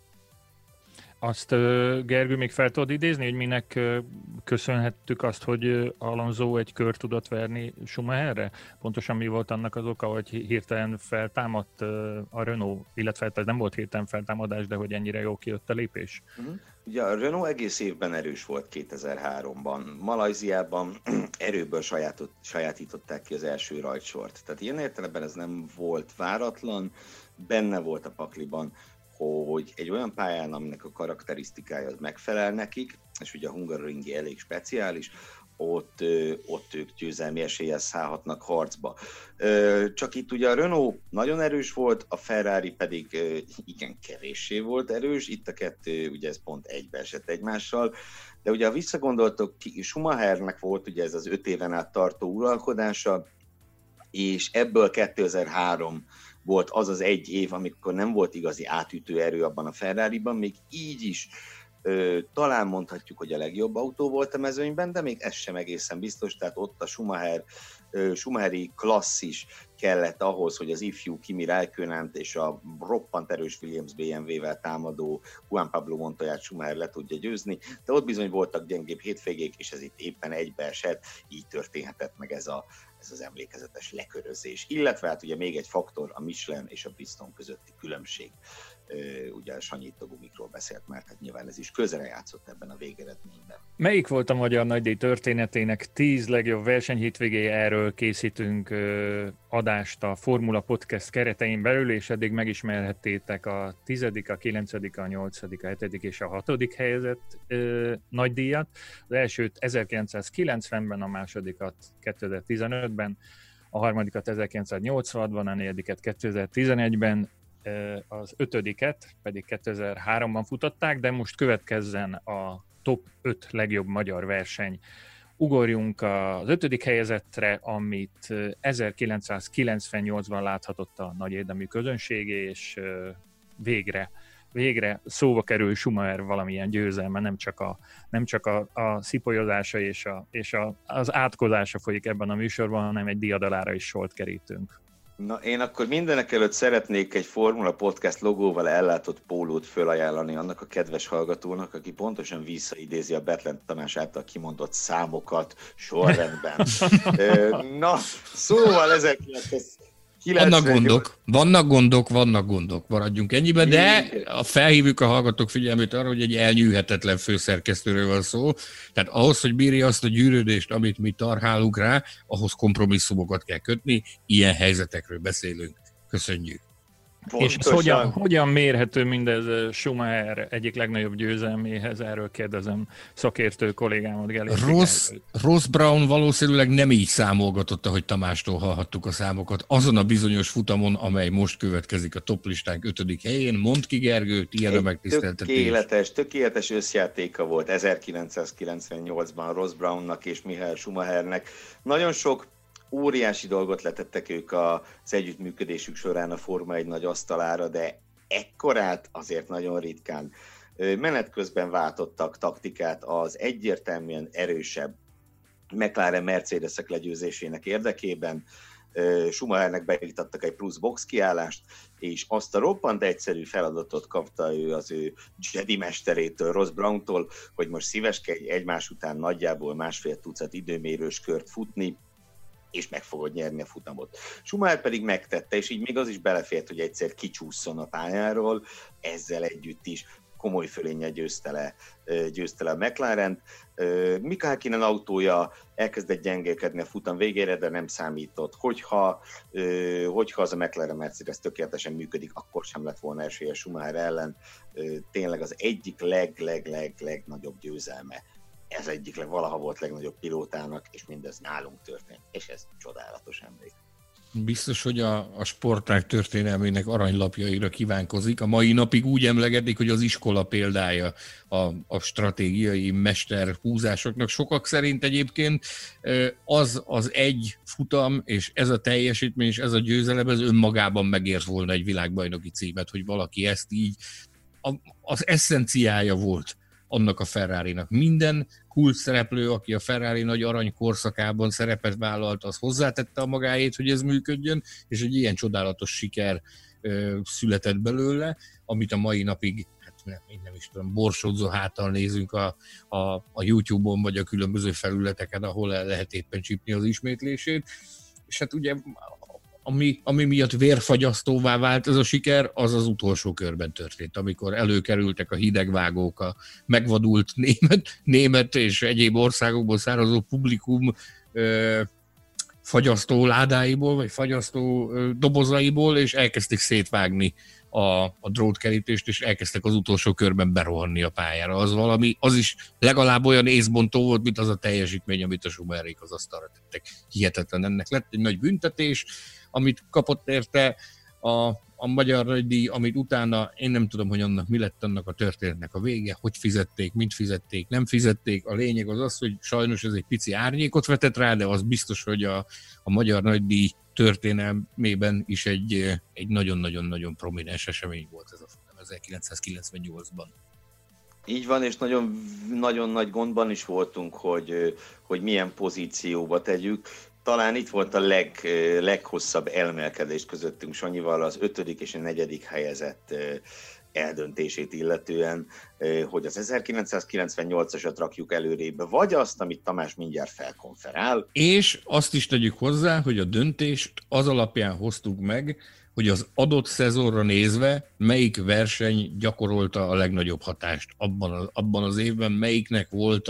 Azt, Gergő, még fel tudod idézni, hogy minek köszönhettük azt, hogy Alonso egy kört tudott verni Schumacherre? Pontosan mi volt annak az oka, hogy hirtelen feltámadt a Renault, illetve nem volt hirtelen feltámadás, de hogy ennyire jó kijött a lépés? Ugye a Renault egész évben erős volt 2003-ban. Malajziában erőből sajátították ki az első rajtsort. Tehát ilyen értelemben ez nem volt váratlan, benne volt a pakliban, hogy egy olyan pályán, aminek a karakterisztikája az megfelel nekik, és ugye a Hungaroringi elég speciális, ott ők győzelmi eséllyel szállhatnak harcba. Csak itt ugye a Renault nagyon erős volt, a Ferrari pedig igen kevéssé volt erős, itt a kettő, ugye ez pont egybeesett egymással, de ugye ha visszagondoltok, Schumachernek volt ugye ez az 5 éven át tartó uralkodása, és ebből 2003 volt az az egy év, amikor nem volt igazi átütő erő abban a Ferrariban, még így is talán mondhatjuk, hogy a legjobb autó volt a mezőnyben, de még ez sem egészen biztos, tehát ott a Schumacheri klasszis kellett ahhoz, hogy az ifjú Kimi Räikkönent és a roppant erős Williams BMW-vel támadó Juan Pablo Montoyát Schumacher le tudja győzni, de ott bizony voltak gyengébb hétvégék, és ez itt éppen egybeesett, így történhetett meg ez az emlékezetes lekörözés. Illetve hát ugye még egy faktor, a Michelin és a Bridgestone közötti különbség. Ugye Sanyi itt a gumikról beszélt, mert hát nyilván ez is közre játszott ebben a végeredményben. Melyik volt a Magyar Nagydíj történetének 10 legjobb versenyhétvégéje? Erről készítünk adást a Formula Podcast keretein belül, és eddig megismerhettétek a 10., a 9., a 8., a 7. és a 6. helyezett nagydíjat. Az elsőt 1990-ben, a másodikat 2015-ben, a harmadikat 1986-ban, a negyediket 2011-ben, az 5. pedig 2003-ban futották, de most következzen a top 5 legjobb magyar verseny. Ugorjunk az 5. helyezettre, amit 1998-ban láthatott a nagy érdemű közönség, és végre szóba kerül Schumacher valamilyen győzelme, nem csak a szipolyozása és az átkozása folyik ebben a műsorban, hanem egy diadalára is sort kerítünk. Na, én akkor mindenek előtt szeretnék egy Formula Podcast logóval ellátott pólót fölajánlani annak a kedves hallgatónak, aki pontosan visszaidézi a Betlen Tamás által kimondott számokat sorrendben. Na, szóval Vannak gondok, maradjunk ennyiben, de felhívjuk a hallgatók figyelmét arra, hogy egy elnyűhetetlen főszerkesztőről van szó, tehát ahhoz, hogy bírja azt a gyűrődést, amit mi tarhálunk rá, ahhoz kompromisszumokat kell kötni, ilyen helyzetekről beszélünk. Köszönjük. Pontosan. És hogyan mérhető mindez Schumacher egyik legnagyobb győzelméhez? Erről kérdezem szakértő kollégámat, Gellérfi. Ross Brown valószínűleg nem így számolgatott, ahogy Tamástól hallhattuk a számokat. Azon a bizonyos futamon, amely most következik a toplistánk 5. helyén. Mondd ki, Gergő, tiéd a megtiszteltetés. Tökéletes összjátéka volt 1998-ban Ross Brownnak és Michael Schumachernek. Nagyon sok óriási dolgot letettek ők az együttműködésük során a Forma 1 nagy asztalára, de ekkorát azért nagyon ritkán. Menet közben váltottak taktikát az egyértelműen erősebb McLaren Mercedesek legyőzésének érdekében. Schumachernek beiktattak egy plusz box kiállást, és azt a roppant egyszerű feladatot kapta ő az ő Jedi mesterétől, Ross Browntól, hogy most szíveskedj egymás után nagyjából 1,5 tucat időmérős kört futni, és meg fogod nyerni a futamot. Schumacher pedig megtette, és így még az is belefért, hogy egyszer kicsúszson a pályáról, ezzel együtt is komoly fölénnyel győzte le a McLarent. Mika Häkkinen autója elkezdett gyengélkedni a futam végére, de nem számított. Hogyha az a McLaren Mercedes tökéletesen működik, akkor sem lett volna esélye Schumacher ellen. Tényleg az egyik legnagyobb győzelme. Ez egyik valaha volt legnagyobb pilótának, és mindez nálunk történt. És ez csodálatos emlék. Biztos, hogy a sportág történelmének aranylapjaira kívánkozik. A mai napig úgy emlegetik, hogy az iskola példája a stratégiai mesterhúzásoknak. Sokak szerint egyébként az egy futam, és ez a teljesítmény, és ez a győzelem, ez önmagában megért volna egy világbajnoki címet, hogy valaki ezt így, az eszenciája volt annak a Ferrarinak. Minden kult szereplő, aki a Ferrari nagy arany korszakában szerepet vállalt, az hozzátette a magáét, hogy ez működjön, és egy ilyen csodálatos siker született belőle, amit a mai napig, nem is tudom, borsódzó háttal nézünk a YouTube-on, vagy a különböző felületeken, ahol el lehet éppen csípni az ismétlését. És hát ugye ami miatt vérfagyasztóvá vált ez a siker, az az utolsó körben történt, amikor előkerültek a hidegvágók, a megvadult német és egyéb országokból származó publikum fagyasztó ládáiból, vagy fagyasztó dobozaiból, és elkezdték szétvágni a drótkerítést, és elkezdtek az utolsó körben berohanni a pályára. Az is legalább olyan észbontó volt, mint az a teljesítmény, amit a Schumacherék az asztalra tettek. Hihetetlen, ennek lett egy nagy büntetés, amit kapott érte a magyar nagydíj, amit utána én nem tudom, hogy mi lett annak a történetnek a vége, hogy fizették, mint fizették, nem fizették. A lényeg az, hogy sajnos ez egy pici árnyékot vetett rá, de az biztos, hogy a magyar nagydíj történelmében is egy nagyon-nagyon-nagyon prominens esemény volt ez a futam 1998-ban. Így van, és nagyon nagy gondban is voltunk, hogy milyen pozícióba tegyük. Talán itt volt a leghosszabb elmélkedés közöttünk Sanyival az 5. és a 4. helyezett eldöntését illetően, hogy az 1998-asat rakjuk előrébb, vagy azt, amit Tamás mindjárt felkonferál. És azt is tegyük hozzá, hogy a döntést az alapján hoztuk meg, hogy az adott szezonra nézve melyik verseny gyakorolta a legnagyobb hatást abban az évben, melyiknek volt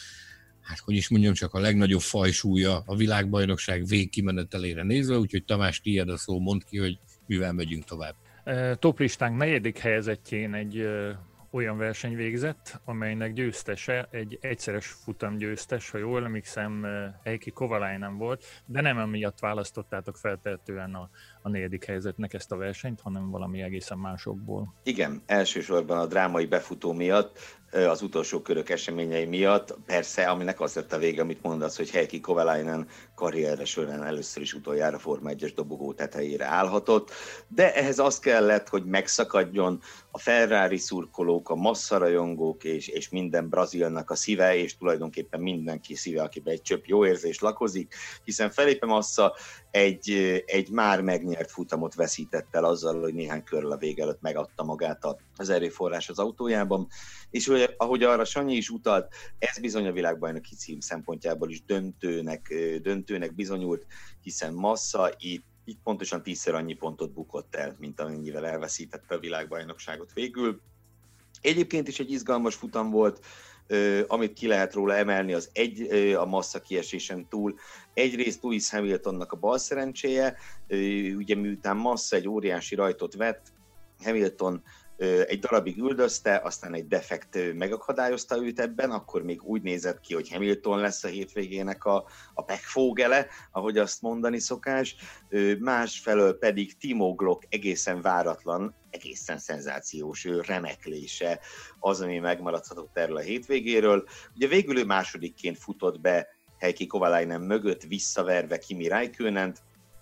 csak a legnagyobb fajsúlya a világbajnokság végkimenetelére nézve, úgyhogy Tamás, tiéd a szó, mondd ki, hogy mivel megyünk tovább. Toplistánk 4. helyezettjén egy olyan verseny végzett, amelynek győztese egy egyszeres futamgyőztes, ha jól emlékszem, Heikki Kovalainen volt, de nem emiatt választottátok feltehetően a 4. helyezettnek ezt a versenyt, hanem valami egészen másokból. Igen, elsősorban a drámai befutó miatt, az utolsó körök eseményei miatt, persze, aminek az lett a vége, amit mondasz, hogy Heikki Kovalainen karrierre során először is utoljára Forma 1-es dobogó tetejére állhatott, de ehhez az kellett, hogy megszakadjon a Ferrari szurkolók, a masszarajongók és minden brazilnak a szíve, és tulajdonképpen mindenki szíve, akiben egy csöpp jó érzés lakozik, hiszen Felipe Massa egy már megnyert futamot veszített el azzal, hogy néhány körrel a vége előtt megadta magát az erőforrás az autójában, és ahogy arra Sanyi is utalt, ez bizony a világbajnoki cím szempontjából is döntőnek bizonyult, hiszen Massa itt így pontosan 10-szer annyi pontot bukott el, mint amennyivel elveszítette a világbajnokságot végül. Egyébként is egy izgalmas futam volt, amit ki lehet róla emelni, az a massza kiesésen túl. Egyrészt Lewis Hamiltonnak a bal szerencséje, ugye miután Massa egy óriási rajtot vett, Hamilton egy darabig üldözte, aztán egy defekt megakadályozta őt ebben, akkor még úgy nézett ki, hogy Hamilton lesz a hétvégének a pekfógele, ahogy azt mondani szokás. Másfelől pedig Timo Glock egészen váratlan, egészen szenzációs remeklése az, ami megmaradhatott erről a hétvégéről. Ugye végül ő másodikként futott be Heikki Kovalainen mögött, visszaverve Kimi Räikkönent,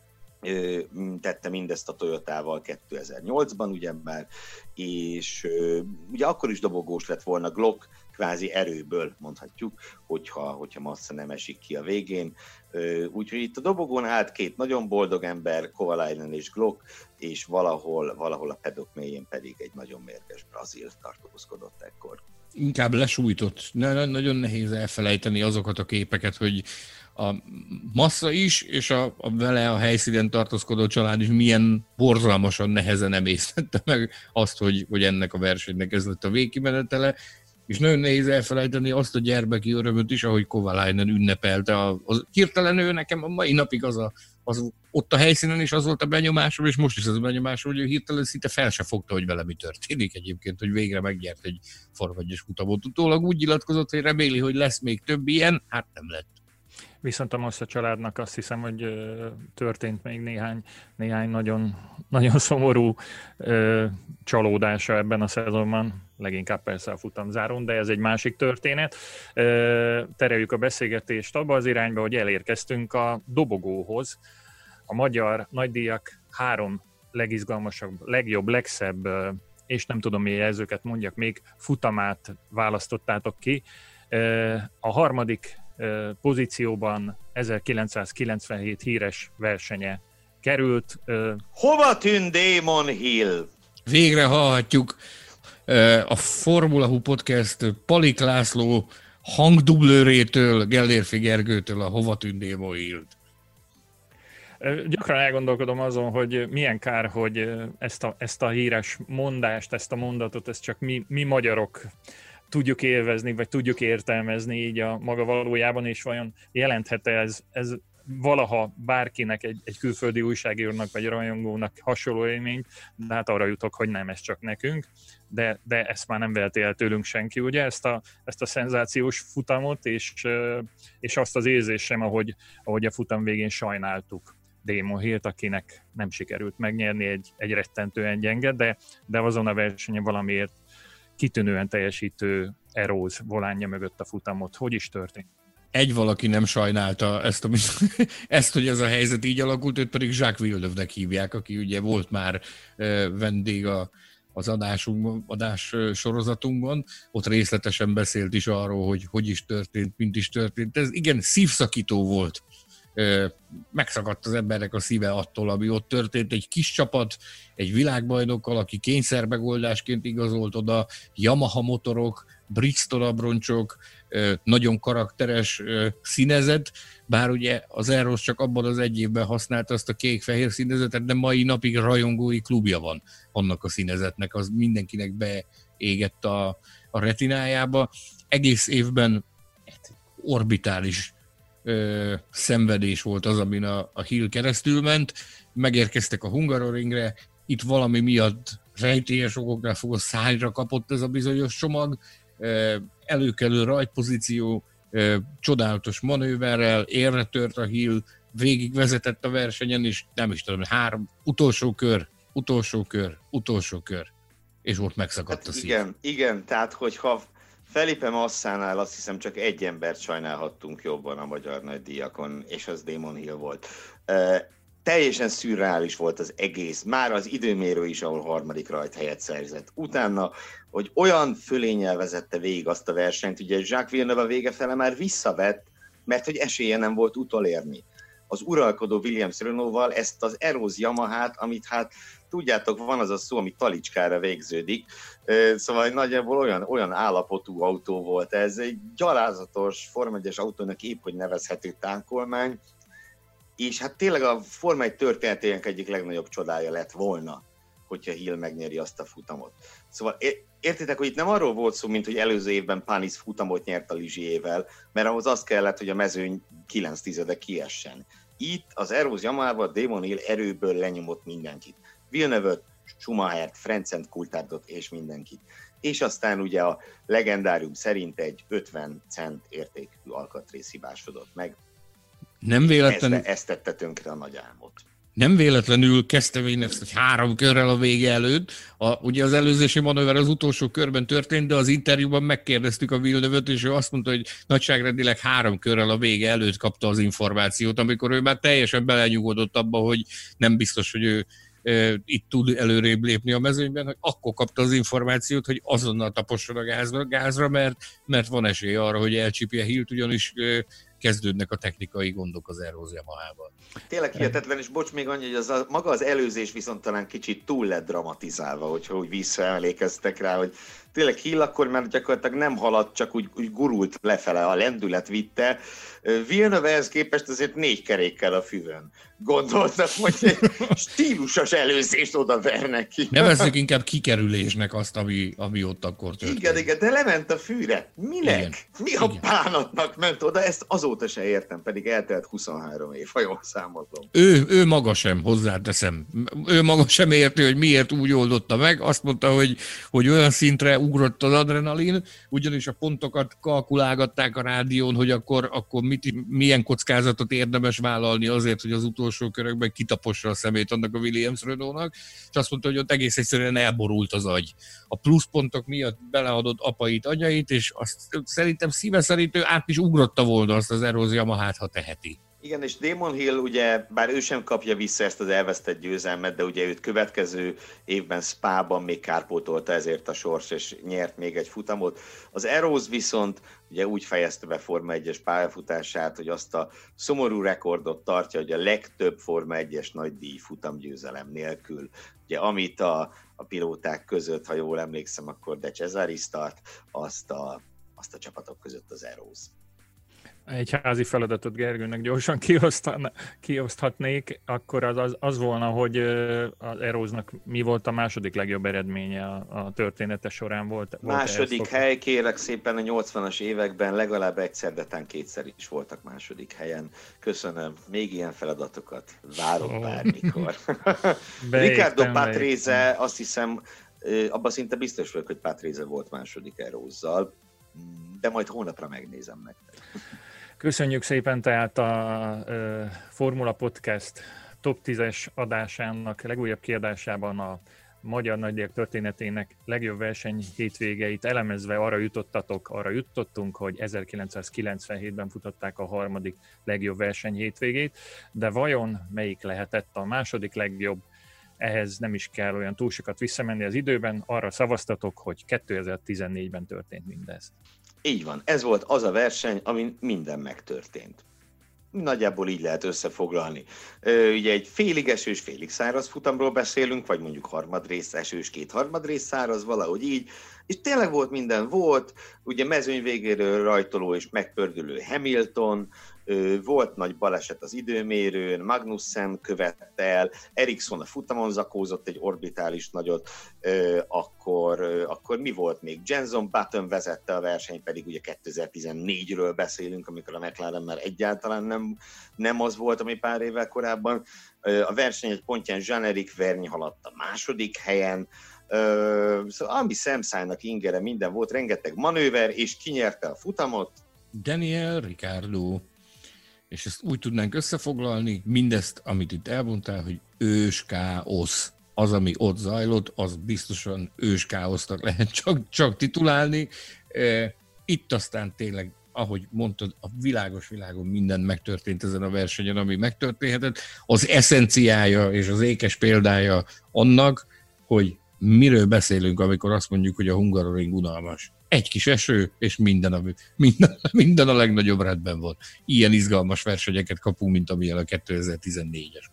tette mindezt a Toyotával 2008-ban, ugye már, és ugye akkor is dobogós lett volna Glock, kvázi erőből mondhatjuk, hogyha Massa nem esik ki a végén. Úgyhogy itt a dobogón állt két nagyon boldog ember, Kovalainen és Glock, és valahol a paddock mélyén pedig egy nagyon mérges brazil tartózkodott ekkor. Inkább lesújtott. Nagyon nehéz elfelejteni azokat a képeket, hogy a Massa is, és a vele a helyszínen tartózkodó család is milyen borzalmasan nehezen emésztette meg azt, hogy ennek a versenynek ez lett a végkimenetele, és nagyon nehéz elfelejteni azt a gyermeki örömöt is, ahogy Kovalainen ünnepelte. Hirtelen ő nekem a mai napig az ott a helyszínen is az volt a benyomásom, és most is az a benyomásom, hogy ő hirtelen szinte fel se fogta, hogy vele mi történik egyébként, hogy végre megnyert egy Forma 1-es futamot. Utólag úgy nyilatkozott, hogy reméli, hogy lesz még több ilyen, hát nem lett. Viszont a Massa családnak azt hiszem, hogy történt még néhány nagyon, nagyon szomorú csalódása ebben a szezonban, leginkább persze a futamzárón, de ez egy másik történet. Tereljük a beszélgetést abba az irányba, hogy elérkeztünk a dobogóhoz. A magyar nagydíjak 3 legizgalmasabb, legjobb, legszebb, és nem tudom, milyen jelzőket mondjak még, futamát választottátok ki. A harmadik pozícióban 1997 híres versenye került. Hova tűnt Damon Hill? Végre hallhatjuk a Formula Hú Podcast Palik László hangdublőrétől, Gellérfi Gergőtől a Hova tűnt Damon Hillt. Gyakran elgondolkodom azon, hogy milyen kár, hogy ezt a híres mondást, ezt a mondatot, ezt csak mi magyarok tudjuk élvezni, vagy tudjuk értelmezni így a maga valójában, és vajon jelenthet-e ez valaha bárkinek, egy külföldi újságírónak, vagy rajongónak hasonló élményt, de hát arra jutok, hogy nem, ez csak nekünk, de ezt már nem veheti el tőlünk senki, ugye, ezt a szenzációs futamot, és azt az érzést sem, ahogy a futam végén sajnáltuk Damon Hillt, akinek nem sikerült megnyerni egy rettentően gyenge, de azon a versenyen valamiért kitűnően teljesítő Eróz volánja mögött a futamot. Hogy is történt? Egy valaki nem sajnálta ezt, hogy ez a helyzet így alakult, őt pedig Jacques Villeneuve-nek hívják, aki ugye volt már vendég az adás sorozatunkban. Ott részletesen beszélt is arról, hogy is történt, mint is történt. Ez igen szívszakító volt. Megszakadt az embernek a szíve attól, ami ott történt. Egy kis csapat, egy világbajnokkal, aki kényszermegoldásként igazolt oda, Yamaha motorok, Bridgestone abroncsok, nagyon karakteres színezet, bár ugye az Eros csak abban az egy évben használta azt a kék-fehér színezetet, de mai napig rajongói klubja van annak a színezetnek, az mindenkinek beégett a retinájába. Egész évben orbitális szenvedés volt az, amin a Hill keresztül ment. Megérkeztek a Hungaroringre, itt valami miatt rejtélyes okoknál fogva szányra kapott ez a bizonyos csomag, előkelő rajtpozíció, csodálatos manőverrel, érre tört a Hill, végig vezetett a versenyen, és nem is tudom, 3 utolsó kör, és ott megszakadt hát a szív. Igen, tehát hogyha Felipe Massánál azt hiszem csak egy embert sajnálhattunk jobban a magyar nagydíjakon, és az Damon Hill volt. Teljesen szürreális volt az egész, már az időmérő is, ahol harmadik rajthelyet szerzett. Utána, hogy olyan fölénnyel vezette végig azt a versenyt, ugye Jacques Villeneuve a vége fele már visszavett, mert hogy esélye nem volt utolérni. Az uralkodó Williams Renault-val ezt az Eros Yamahát, amit hát tudjátok, van az a szó, ami talicskára végződik, szóval nagyjából olyan állapotú autó volt ez, egy gyalázatos Forma 1-es autónak épp hogy nevezhető tánkolmány, és hát tényleg a Forma 1 történetének egyik legnagyobb csodája lett volna, hogyha Hill megnyeri azt a futamot. Szóval értitek, hogy itt nem arról volt szó, mint hogy előző évben Panis futamot nyert a Ligiével, mert ahhoz az kellett, hogy a mezőny 9/10 kiessen. Itt az Arrows Yamahában Damon Hill erőből lenyomott mindenkit. Villeneuve-t, Schumachert, Frencent, Coulthardot és mindenkit. És aztán ugye a legendárium szerint egy 50 cent értékű alkatrész hibásodott meg. Nem véletlenül... Ezt tette tönkre a nagy álmot. Nem véletlenül kezdtem én ezt, hogy 3 körrel a vége előtt. Ugye az előzési manőver az utolsó körben történt, de az interjúban megkérdeztük a Villeneuve-t, és ő azt mondta, hogy nagyságrendileg 3 körrel a vége előtt kapta az információt, amikor ő már teljesen belenyugodott abba, hogy nem biztos, hogy ő itt tud előrébb lépni a mezőnyben, hogy akkor kapta az információt, hogy azonnal taposson a gázra, mert van esély arra, hogy elcsípje Hillt, ugyanis kezdődnek a technikai gondok az Arrows Yamahával. Tényleg hihetetlen, és bocs még annyi, hogy maga az előzés viszont talán kicsit túl lett dramatizálva, hogyha úgy visszaemlékeztek rá, hogy tényleg Hill akkor már gyakorlatilag nem haladt, csak úgy gurult lefele, a lendület vitte. Villeneuve-hez képest azért 4 kerékkel a füvön. Gondoltak, hogy egy stílusos előzést oda vernek ki. Nevezzük inkább kikerülésnek azt, ami ott akkor történt. Igen, de lement a fűre. Minek? Igen. Mi a bánatnak ment oda? Ezt azóta se értem, pedig eltelt 23 év, ha jól számolom. Ő maga sem, hozzáteszem. Ő maga sem érti, hogy miért úgy oldotta meg. Azt mondta, hogy olyan szintre ugrott az adrenalin, ugyanis a pontokat kalkulálgatták a rádión, hogy akkor milyen kockázatot érdemes vállalni azért, hogy az utolsó körökben kitapossa a szemét annak a Williams Renault-nak, és azt mondta, hogy ott egész egyszerűen elborult az agy. A pluszpontok miatt beleadott apait, anyait, és azt szerintem szíve szerint ő át is ugrotta volna azt az Arrows Yamahát, ha teheti. Igen, és Damon Hill ugye, bár ő sem kapja vissza ezt az elvesztett győzelmet, de ugye őt következő évben Spában még kárpótolta ezért a sors, és nyert még egy futamot. Az Arrows viszont ugye úgy fejezte be Forma 1-es pályafutását, hogy azt a szomorú rekordot tartja, hogy a legtöbb Forma 1-es nagydíj futamgyőzelem nélkül, ugye amit a pilóták között, ha jól emlékszem, akkor De Cesaris tart, azt a csapatok között az Arrows. Egy házi feladatot Gergőnek gyorsan kioszthatnék, akkor az volna, hogy az Arrowsnak mi volt a második legjobb eredménye a története során volt. Második hely, kérlek szépen, a 80-as években legalább egyszer, de talán 2-szer is voltak második helyen. Köszönöm, még ilyen feladatokat várok bármikor. Ricardo Patrese, azt hiszem, abban szinte biztos vagyok, hogy Patrese volt második Arrows-zal, de majd hónapra megnézem nektek. Köszönjük szépen tehát a Formula Podcast Top 10-es adásának legújabb kiadásában a magyar nagydíjak történetének legjobb verseny hétvégeit elemezve arra jutottunk, hogy 1997-ben futották a harmadik legjobb verseny hétvégét, de vajon melyik lehetett a második legjobb? Ehhez nem is kell olyan túl sokat visszamenni az időben, arra szavaztatok, hogy 2014-ben történt mindez. Így van, ez volt az a verseny, amin minden megtörtént. Nagyjából így lehet összefoglalni. Ugye egy félig esős, félig száraz futamról beszélünk, vagy mondjuk harmadrész esős, 2 harmadrész száraz, valahogy így. És tényleg volt minden, volt, ugye mezőny végéről rajtoló és megpördülő Hamilton, volt nagy baleset az időmérőn, Magnussen követte el, Ericsson a futamon zakózott egy orbitális nagyot, akkor mi volt még? Jenson Button vezette a versenyt, pedig ugye 2014-ről beszélünk, amikor a McLaren már egyáltalán nem az volt, ami pár évvel korábban. A verseny egy pontján Jean-Éric Vergne haladt a második helyen, szóval ami szemszájnak ingere minden volt, rengeteg manőver, és kinyerte a futamot? Daniel Ricciardo. És ezt úgy tudnánk összefoglalni, mindezt, amit itt elmondtál, hogy őskáosz. Az, ami ott zajlott, az biztosan őskáosznak lehet csak titulálni. Itt aztán tényleg, ahogy mondtad, a világos világon minden megtörtént ezen a versenyen, ami megtörténhetett. Az eszenciája és az ékes példája annak, hogy miről beszélünk, amikor azt mondjuk, hogy a Hungaroring unalmas. Egy kis eső, és minden a legnagyobb rendben volt. Ilyen izgalmas versenyeket kapunk, mint amilyen a 2014-es volt.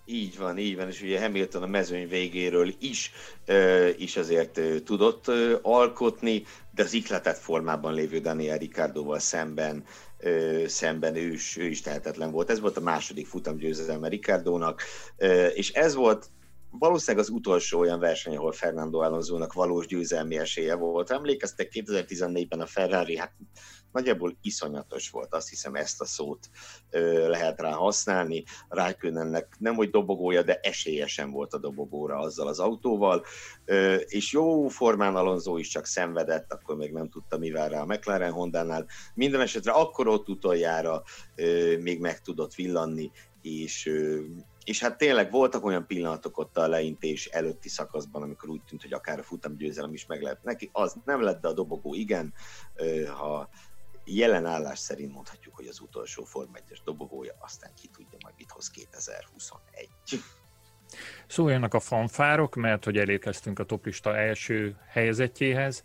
Így van, és ugye Hamilton a mezőny végéről is azért tudott alkotni, de az ihletett formában lévő Daniel Ricciardoval szemben ő is tehetetlen volt. Ez volt a második futamgyőzelme Ricciardónak, és ez volt valószínűleg az utolsó olyan verseny, ahol Fernando Alonsónak valós győzelmi esélye volt. Emlékeztek, 2014-ben a Ferrari, hát nagyjából iszonyatos volt, azt hiszem ezt a szót lehet rá használni. Raikkonennek nem hogy dobogója, de esélye sem volt a dobogóra azzal az autóval, és jó formán Alonso is csak szenvedett, akkor még nem tudta, mi vár rá a McLaren Hondánál. Minden esetre akkor ott utoljára még meg tudott villanni, és hát tényleg voltak olyan pillanatok ott a leintés előtti szakaszban, amikor úgy tűnt, hogy akár a futamgyőzelem is meg lehet neki. Az nem lett, de a dobogó igen. Ha jelen állás szerint mondhatjuk, hogy az utolsó Forma 1-es dobogója, aztán ki tudja majd mit hoz 2021. Szóljanak a fanfárok, mert hogy elérkeztünk a toplista első helyezettjéhez.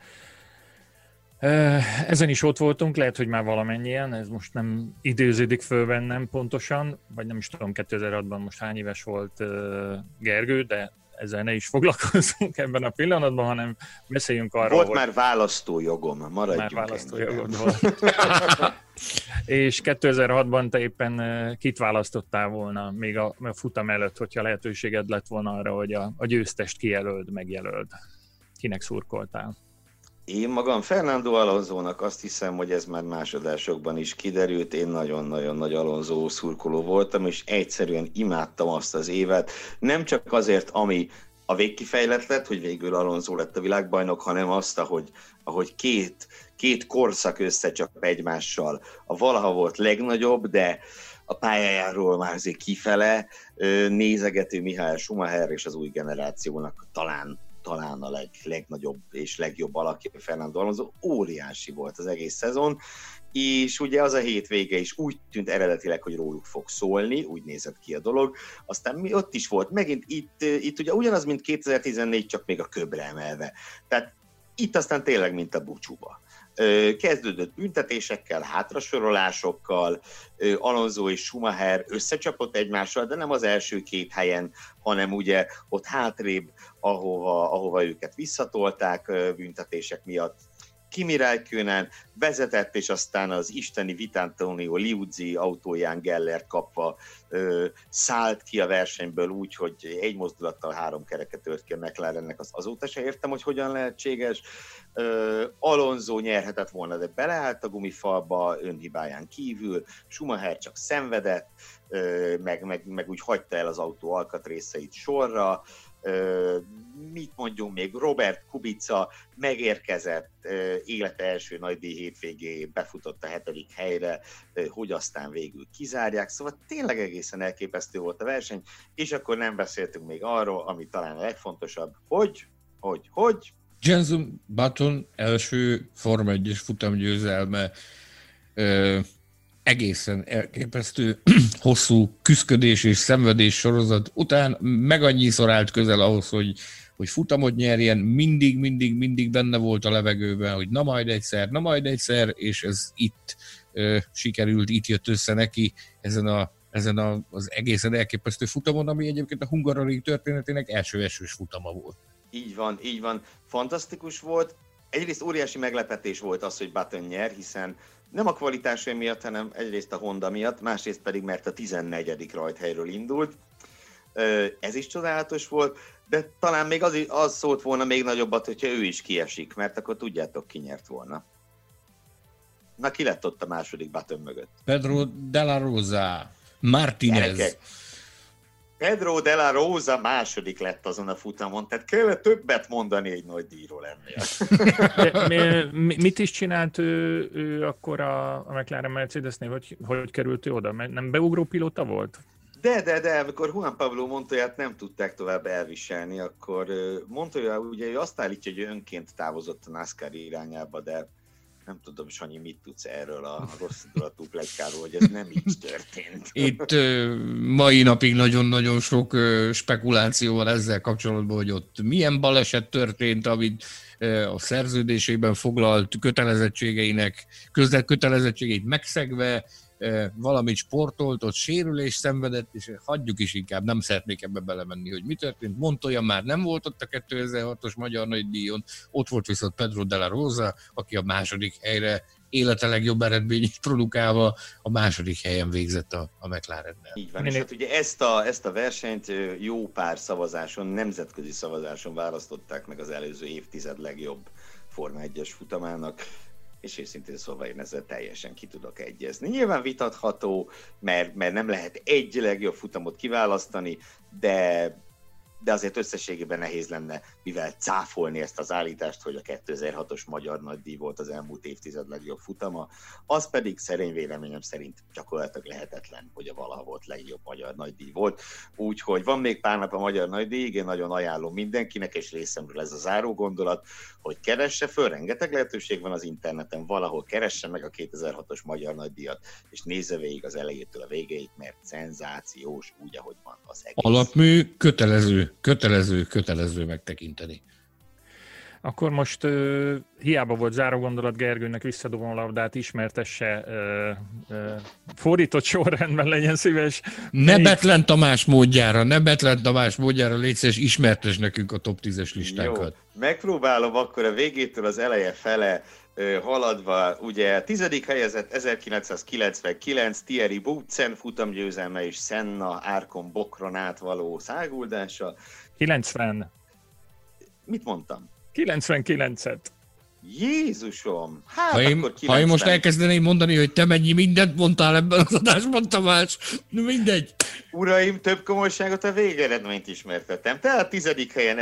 Ezen is ott voltunk, lehet, hogy már valamennyien, ez most nem időződik föl bennem pontosan, vagy nem is tudom 2006-ban most hány éves volt Gergő, de ezzel ne is foglalkozzunk ebben a pillanatban, hanem beszéljünk arról, volt már választójogom, maradjunk. Már választójogod volt. És 2006-ban te éppen kit választottál volna még a futam előtt, hogyha lehetőséged lett volna arra, hogy a győztest kijelöld, megjelöld. Kinek szurkoltál? Én magam Fernando Alonsónak, azt hiszem, hogy ez már másodásokban is kiderült. Én nagyon-nagyon nagy Alonso szurkoló voltam, és egyszerűen imádtam azt az évet. Nem csak azért, ami a végkifejlet lett, hogy végül Alonso lett a világbajnok, hanem azt, ahogy két korszak összecsap egymással. A valaha volt legnagyobb, de a pályájáról már azért kifele nézegető Michael Schumacher és az új generációnak talán a legnagyobb és legjobb alakja Fernando Alonso, óriási volt az egész szezon, és ugye az a hétvége is úgy tűnt eredetileg, hogy róluk fog szólni, úgy nézett ki a dolog, aztán ott is volt, megint itt ugye ugyanaz, mint 2014, csak még a köbre emelve. Tehát itt aztán tényleg, mint a búcsúba. Kezdődött büntetésekkel, hátrasorolásokkal, Alonso és Schumacher összecsapott egymással, de nem az első két helyen, hanem ugye ott hátrébb, ahova őket visszatolták büntetések miatt. Kimi Räikkönen vezetett, és aztán az isteni Vitantonio Liuzzi autóján Gellert kapva szállt ki a versenyből úgy, hogy egy mozdulattal 3 kereket tört ki a McLarennek. Azóta se értem, hogy hogyan lehetséges. Alonso nyerhetett volna, de beleállt a gumifalba önhibáján kívül, Schumacher csak szenvedett, meg úgy hagyta el az autó alkatrészeit sorra. Mit mondjunk még, Robert Kubica megérkezett, élete első nagydíj hétvégéjén befutott a 7. helyre, hogy aztán végül kizárják, szóval tényleg egészen elképesztő volt a verseny, és akkor nem beszéltünk még arról, ami talán a legfontosabb, hogy Jenson Button első Forma 1-es futamgyőzelme, egészen elképesztő hosszú küszködés és szenvedés sorozat után meg annyiszor állt közel ahhoz, hogy futamot nyerjen, mindig benne volt a levegőben, hogy na majd egyszer, és ez itt sikerült, itt jött össze neki ezen az egészen elképesztő futamon, ami egyébként a Hungaroring történetének első futama volt. Így van. Fantasztikus volt. Egyrészt óriási meglepetés volt az, hogy Button nyer, hiszen nem a kvalitásai miatt, hanem egyrészt a Honda miatt, másrészt pedig, mert a 14. rajthelyről indult. Ez is csodálatos volt, de talán még az szólt volna még nagyobbat, hogyha ő is kiesik, mert akkor tudjátok, ki nyert volna. Na, ki lett ott a második Button mögött? Pedro de la Rosa, Martinez. Gyerekek. Pedro de la Rosa második lett azon a futamon, tehát kellett többet mondani egy nagy díjról ennél. Mit is csinált ő akkor a McLaren Mercedesnél, hogy került ő oda? Nem beugró pilóta volt? De, amikor Juan Pablo Montoyát nem tudták tovább elviselni, akkor Montoya ugye ő azt állítja, hogy önként távozott a NASCAR irányába, de nem tudom, Sanyi, mit tudsz erről a rossz indulatú pletykáról, hogy ez nem így történt. Itt mai napig nagyon-nagyon sok spekuláció van ezzel kapcsolatban, hogy ott milyen baleset történt, amit a szerződésében foglalt kötelezettségeit megszegve, valamit sportolt, ott sérülés szenvedett, és hagyjuk is inkább, nem szeretnék ebbe belemenni, hogy mi történt. Montoya már nem volt ott a 2006-os Magyar Nagydíjon, ott volt viszont Pedro de la Rosa, aki a második helyre élete legjobb eredményét produkálva a második helyen végzett a McLarennel. Így van, és hát ugye ezt a versenyt jó pár szavazáson, nemzetközi szavazáson választották meg az előző évtized legjobb Forma 1-es futamának, és őszintén szóval én ezzel teljesen ki tudok egyezni. Nyilván vitatható, mert nem lehet egy legjobb futamot kiválasztani, de azért összességében nehéz lenne, mivel cáfolni ezt az állítást, hogy a 2006-os Magyar Nagydíj volt az elmúlt évtized legjobb futama, az pedig szerény véleményem szerint gyakorlatilag lehetetlen, hogy a valaha volt legjobb Magyar Nagydíj volt. Úgyhogy van még pár nap a Magyar Nagydíjig, én nagyon ajánlom mindenkinek, és részemről ez a záró gondolat, hogy keresse föl, rengeteg lehetőség van az interneten, valahol keresse meg a 2006-os Magyar Nagydíjat, és nézze végig az elejétől a végéig, mert szenzációs, úgy, ahogy van az egész. Alapmű, kötelező megtekinteni. Akkor most hiába volt záró gondolat, Gergőnek visszadobom a labdát, ismertesse, fordított sorrendben legyen szíves. Ne Betlen Tamás módjára légy szíves, ismertes nekünk a top 10-es listákat. Jó, megpróbálom akkor a végétől az eleje fele haladva, ugye 10. helyezett 1999 Thierry Boutsen futamgyőzelme és Senna Árkon Bokron átvaló száguldása. 90. Mit mondtam? 99-et. Jézusom! Hát ha én most elkezdeném mondani, hogy te mennyi mindent mondtál ebben az adásban, Tamás, mindegy. Uraim, több komolyságot a végeredményt ismertettem. Tehát 10. helyen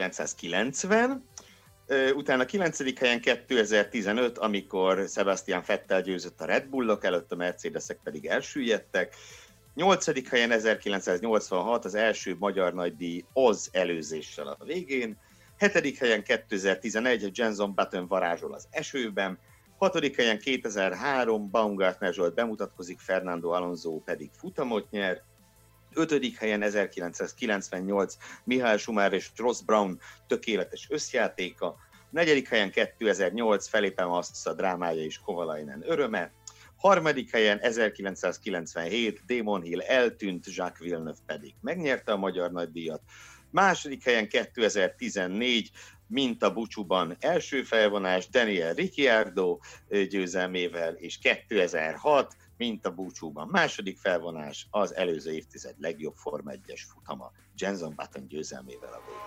1990, utána 9. helyen 2015, amikor Sebastian Vettel győzött a Red Bullok előtt, a Mercedesek pedig elsüllyedtek. 8. helyen 1986, az első Magyar Nagydíj Oz előzéssel a végén. 7. helyen 2011, Jenson Button varázsol az esőben. 6. helyen 2003, Baumgartner Zsolt bemutatkozik, Fernando Alonso pedig futamot nyer. 5. helyen 1998, Michael Schumacher és Ross Brown tökéletes összjátéka. 4. helyen 2008, Felipe Massa drámája és Kovalainen öröme. 3. helyen 1997, Damon Hill eltűnt, Jacques Villeneuve pedig megnyerte a Magyar Nagydíjat. 2. helyen 2014, mint a búcsúban első felvonás Daniel Ricciardo győzelmével, és 2006, mint a búcsúban második felvonás, az előző évtized legjobb Forma 1-es futama Jenson Button győzelmével a végén.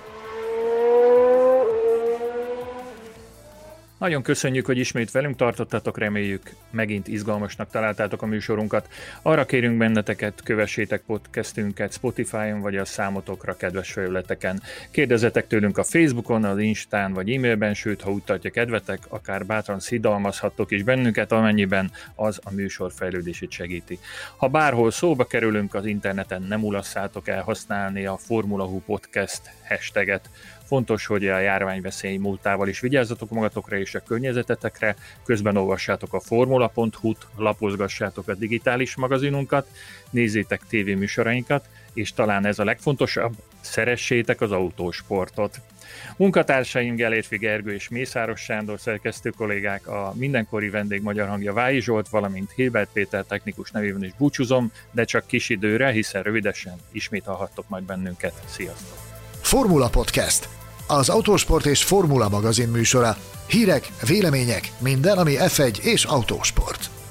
Nagyon köszönjük, hogy ismét velünk tartottatok, reméljük megint izgalmasnak találtátok a műsorunkat. Arra kérünk benneteket, kövessétek podcastünket Spotify-on vagy a számotokra kedves felületeken. Kérdezzetek tőlünk a Facebookon, az Instán vagy e-mailben, sőt, ha úgy tartja kedvetek, akár bátran szidalmazhattok is bennünket, amennyiben az a műsor fejlődését segíti. Ha bárhol szóba kerülünk az interneten, nem mulasszátok el használni a Formula Hú Podcast hashtaget. Fontos, hogy a járványveszély múltával is vigyázzatok magatokra és a környezetetekre, közben olvassátok a formula.hu-t, lapozgassátok a digitális magazinunkat, nézzétek tévéműsorainkat, és talán ez a legfontosabb, szeressétek az autósportot. Munkatársaim Gellérfi Gergő és Mészáros Sándor szerkesztő kollégák, a mindenkori vendég magyar hangja Vályi Zsolt, valamint Hilbert Péter technikus nevében is búcsúzom, de csak kis időre, hiszen rövidesen ismét hallhattok majd bennünket. Sziasztok! Formula Podcast, az autósport és formula magazin műsora. Hírek, vélemények, minden, ami F1 és autósport.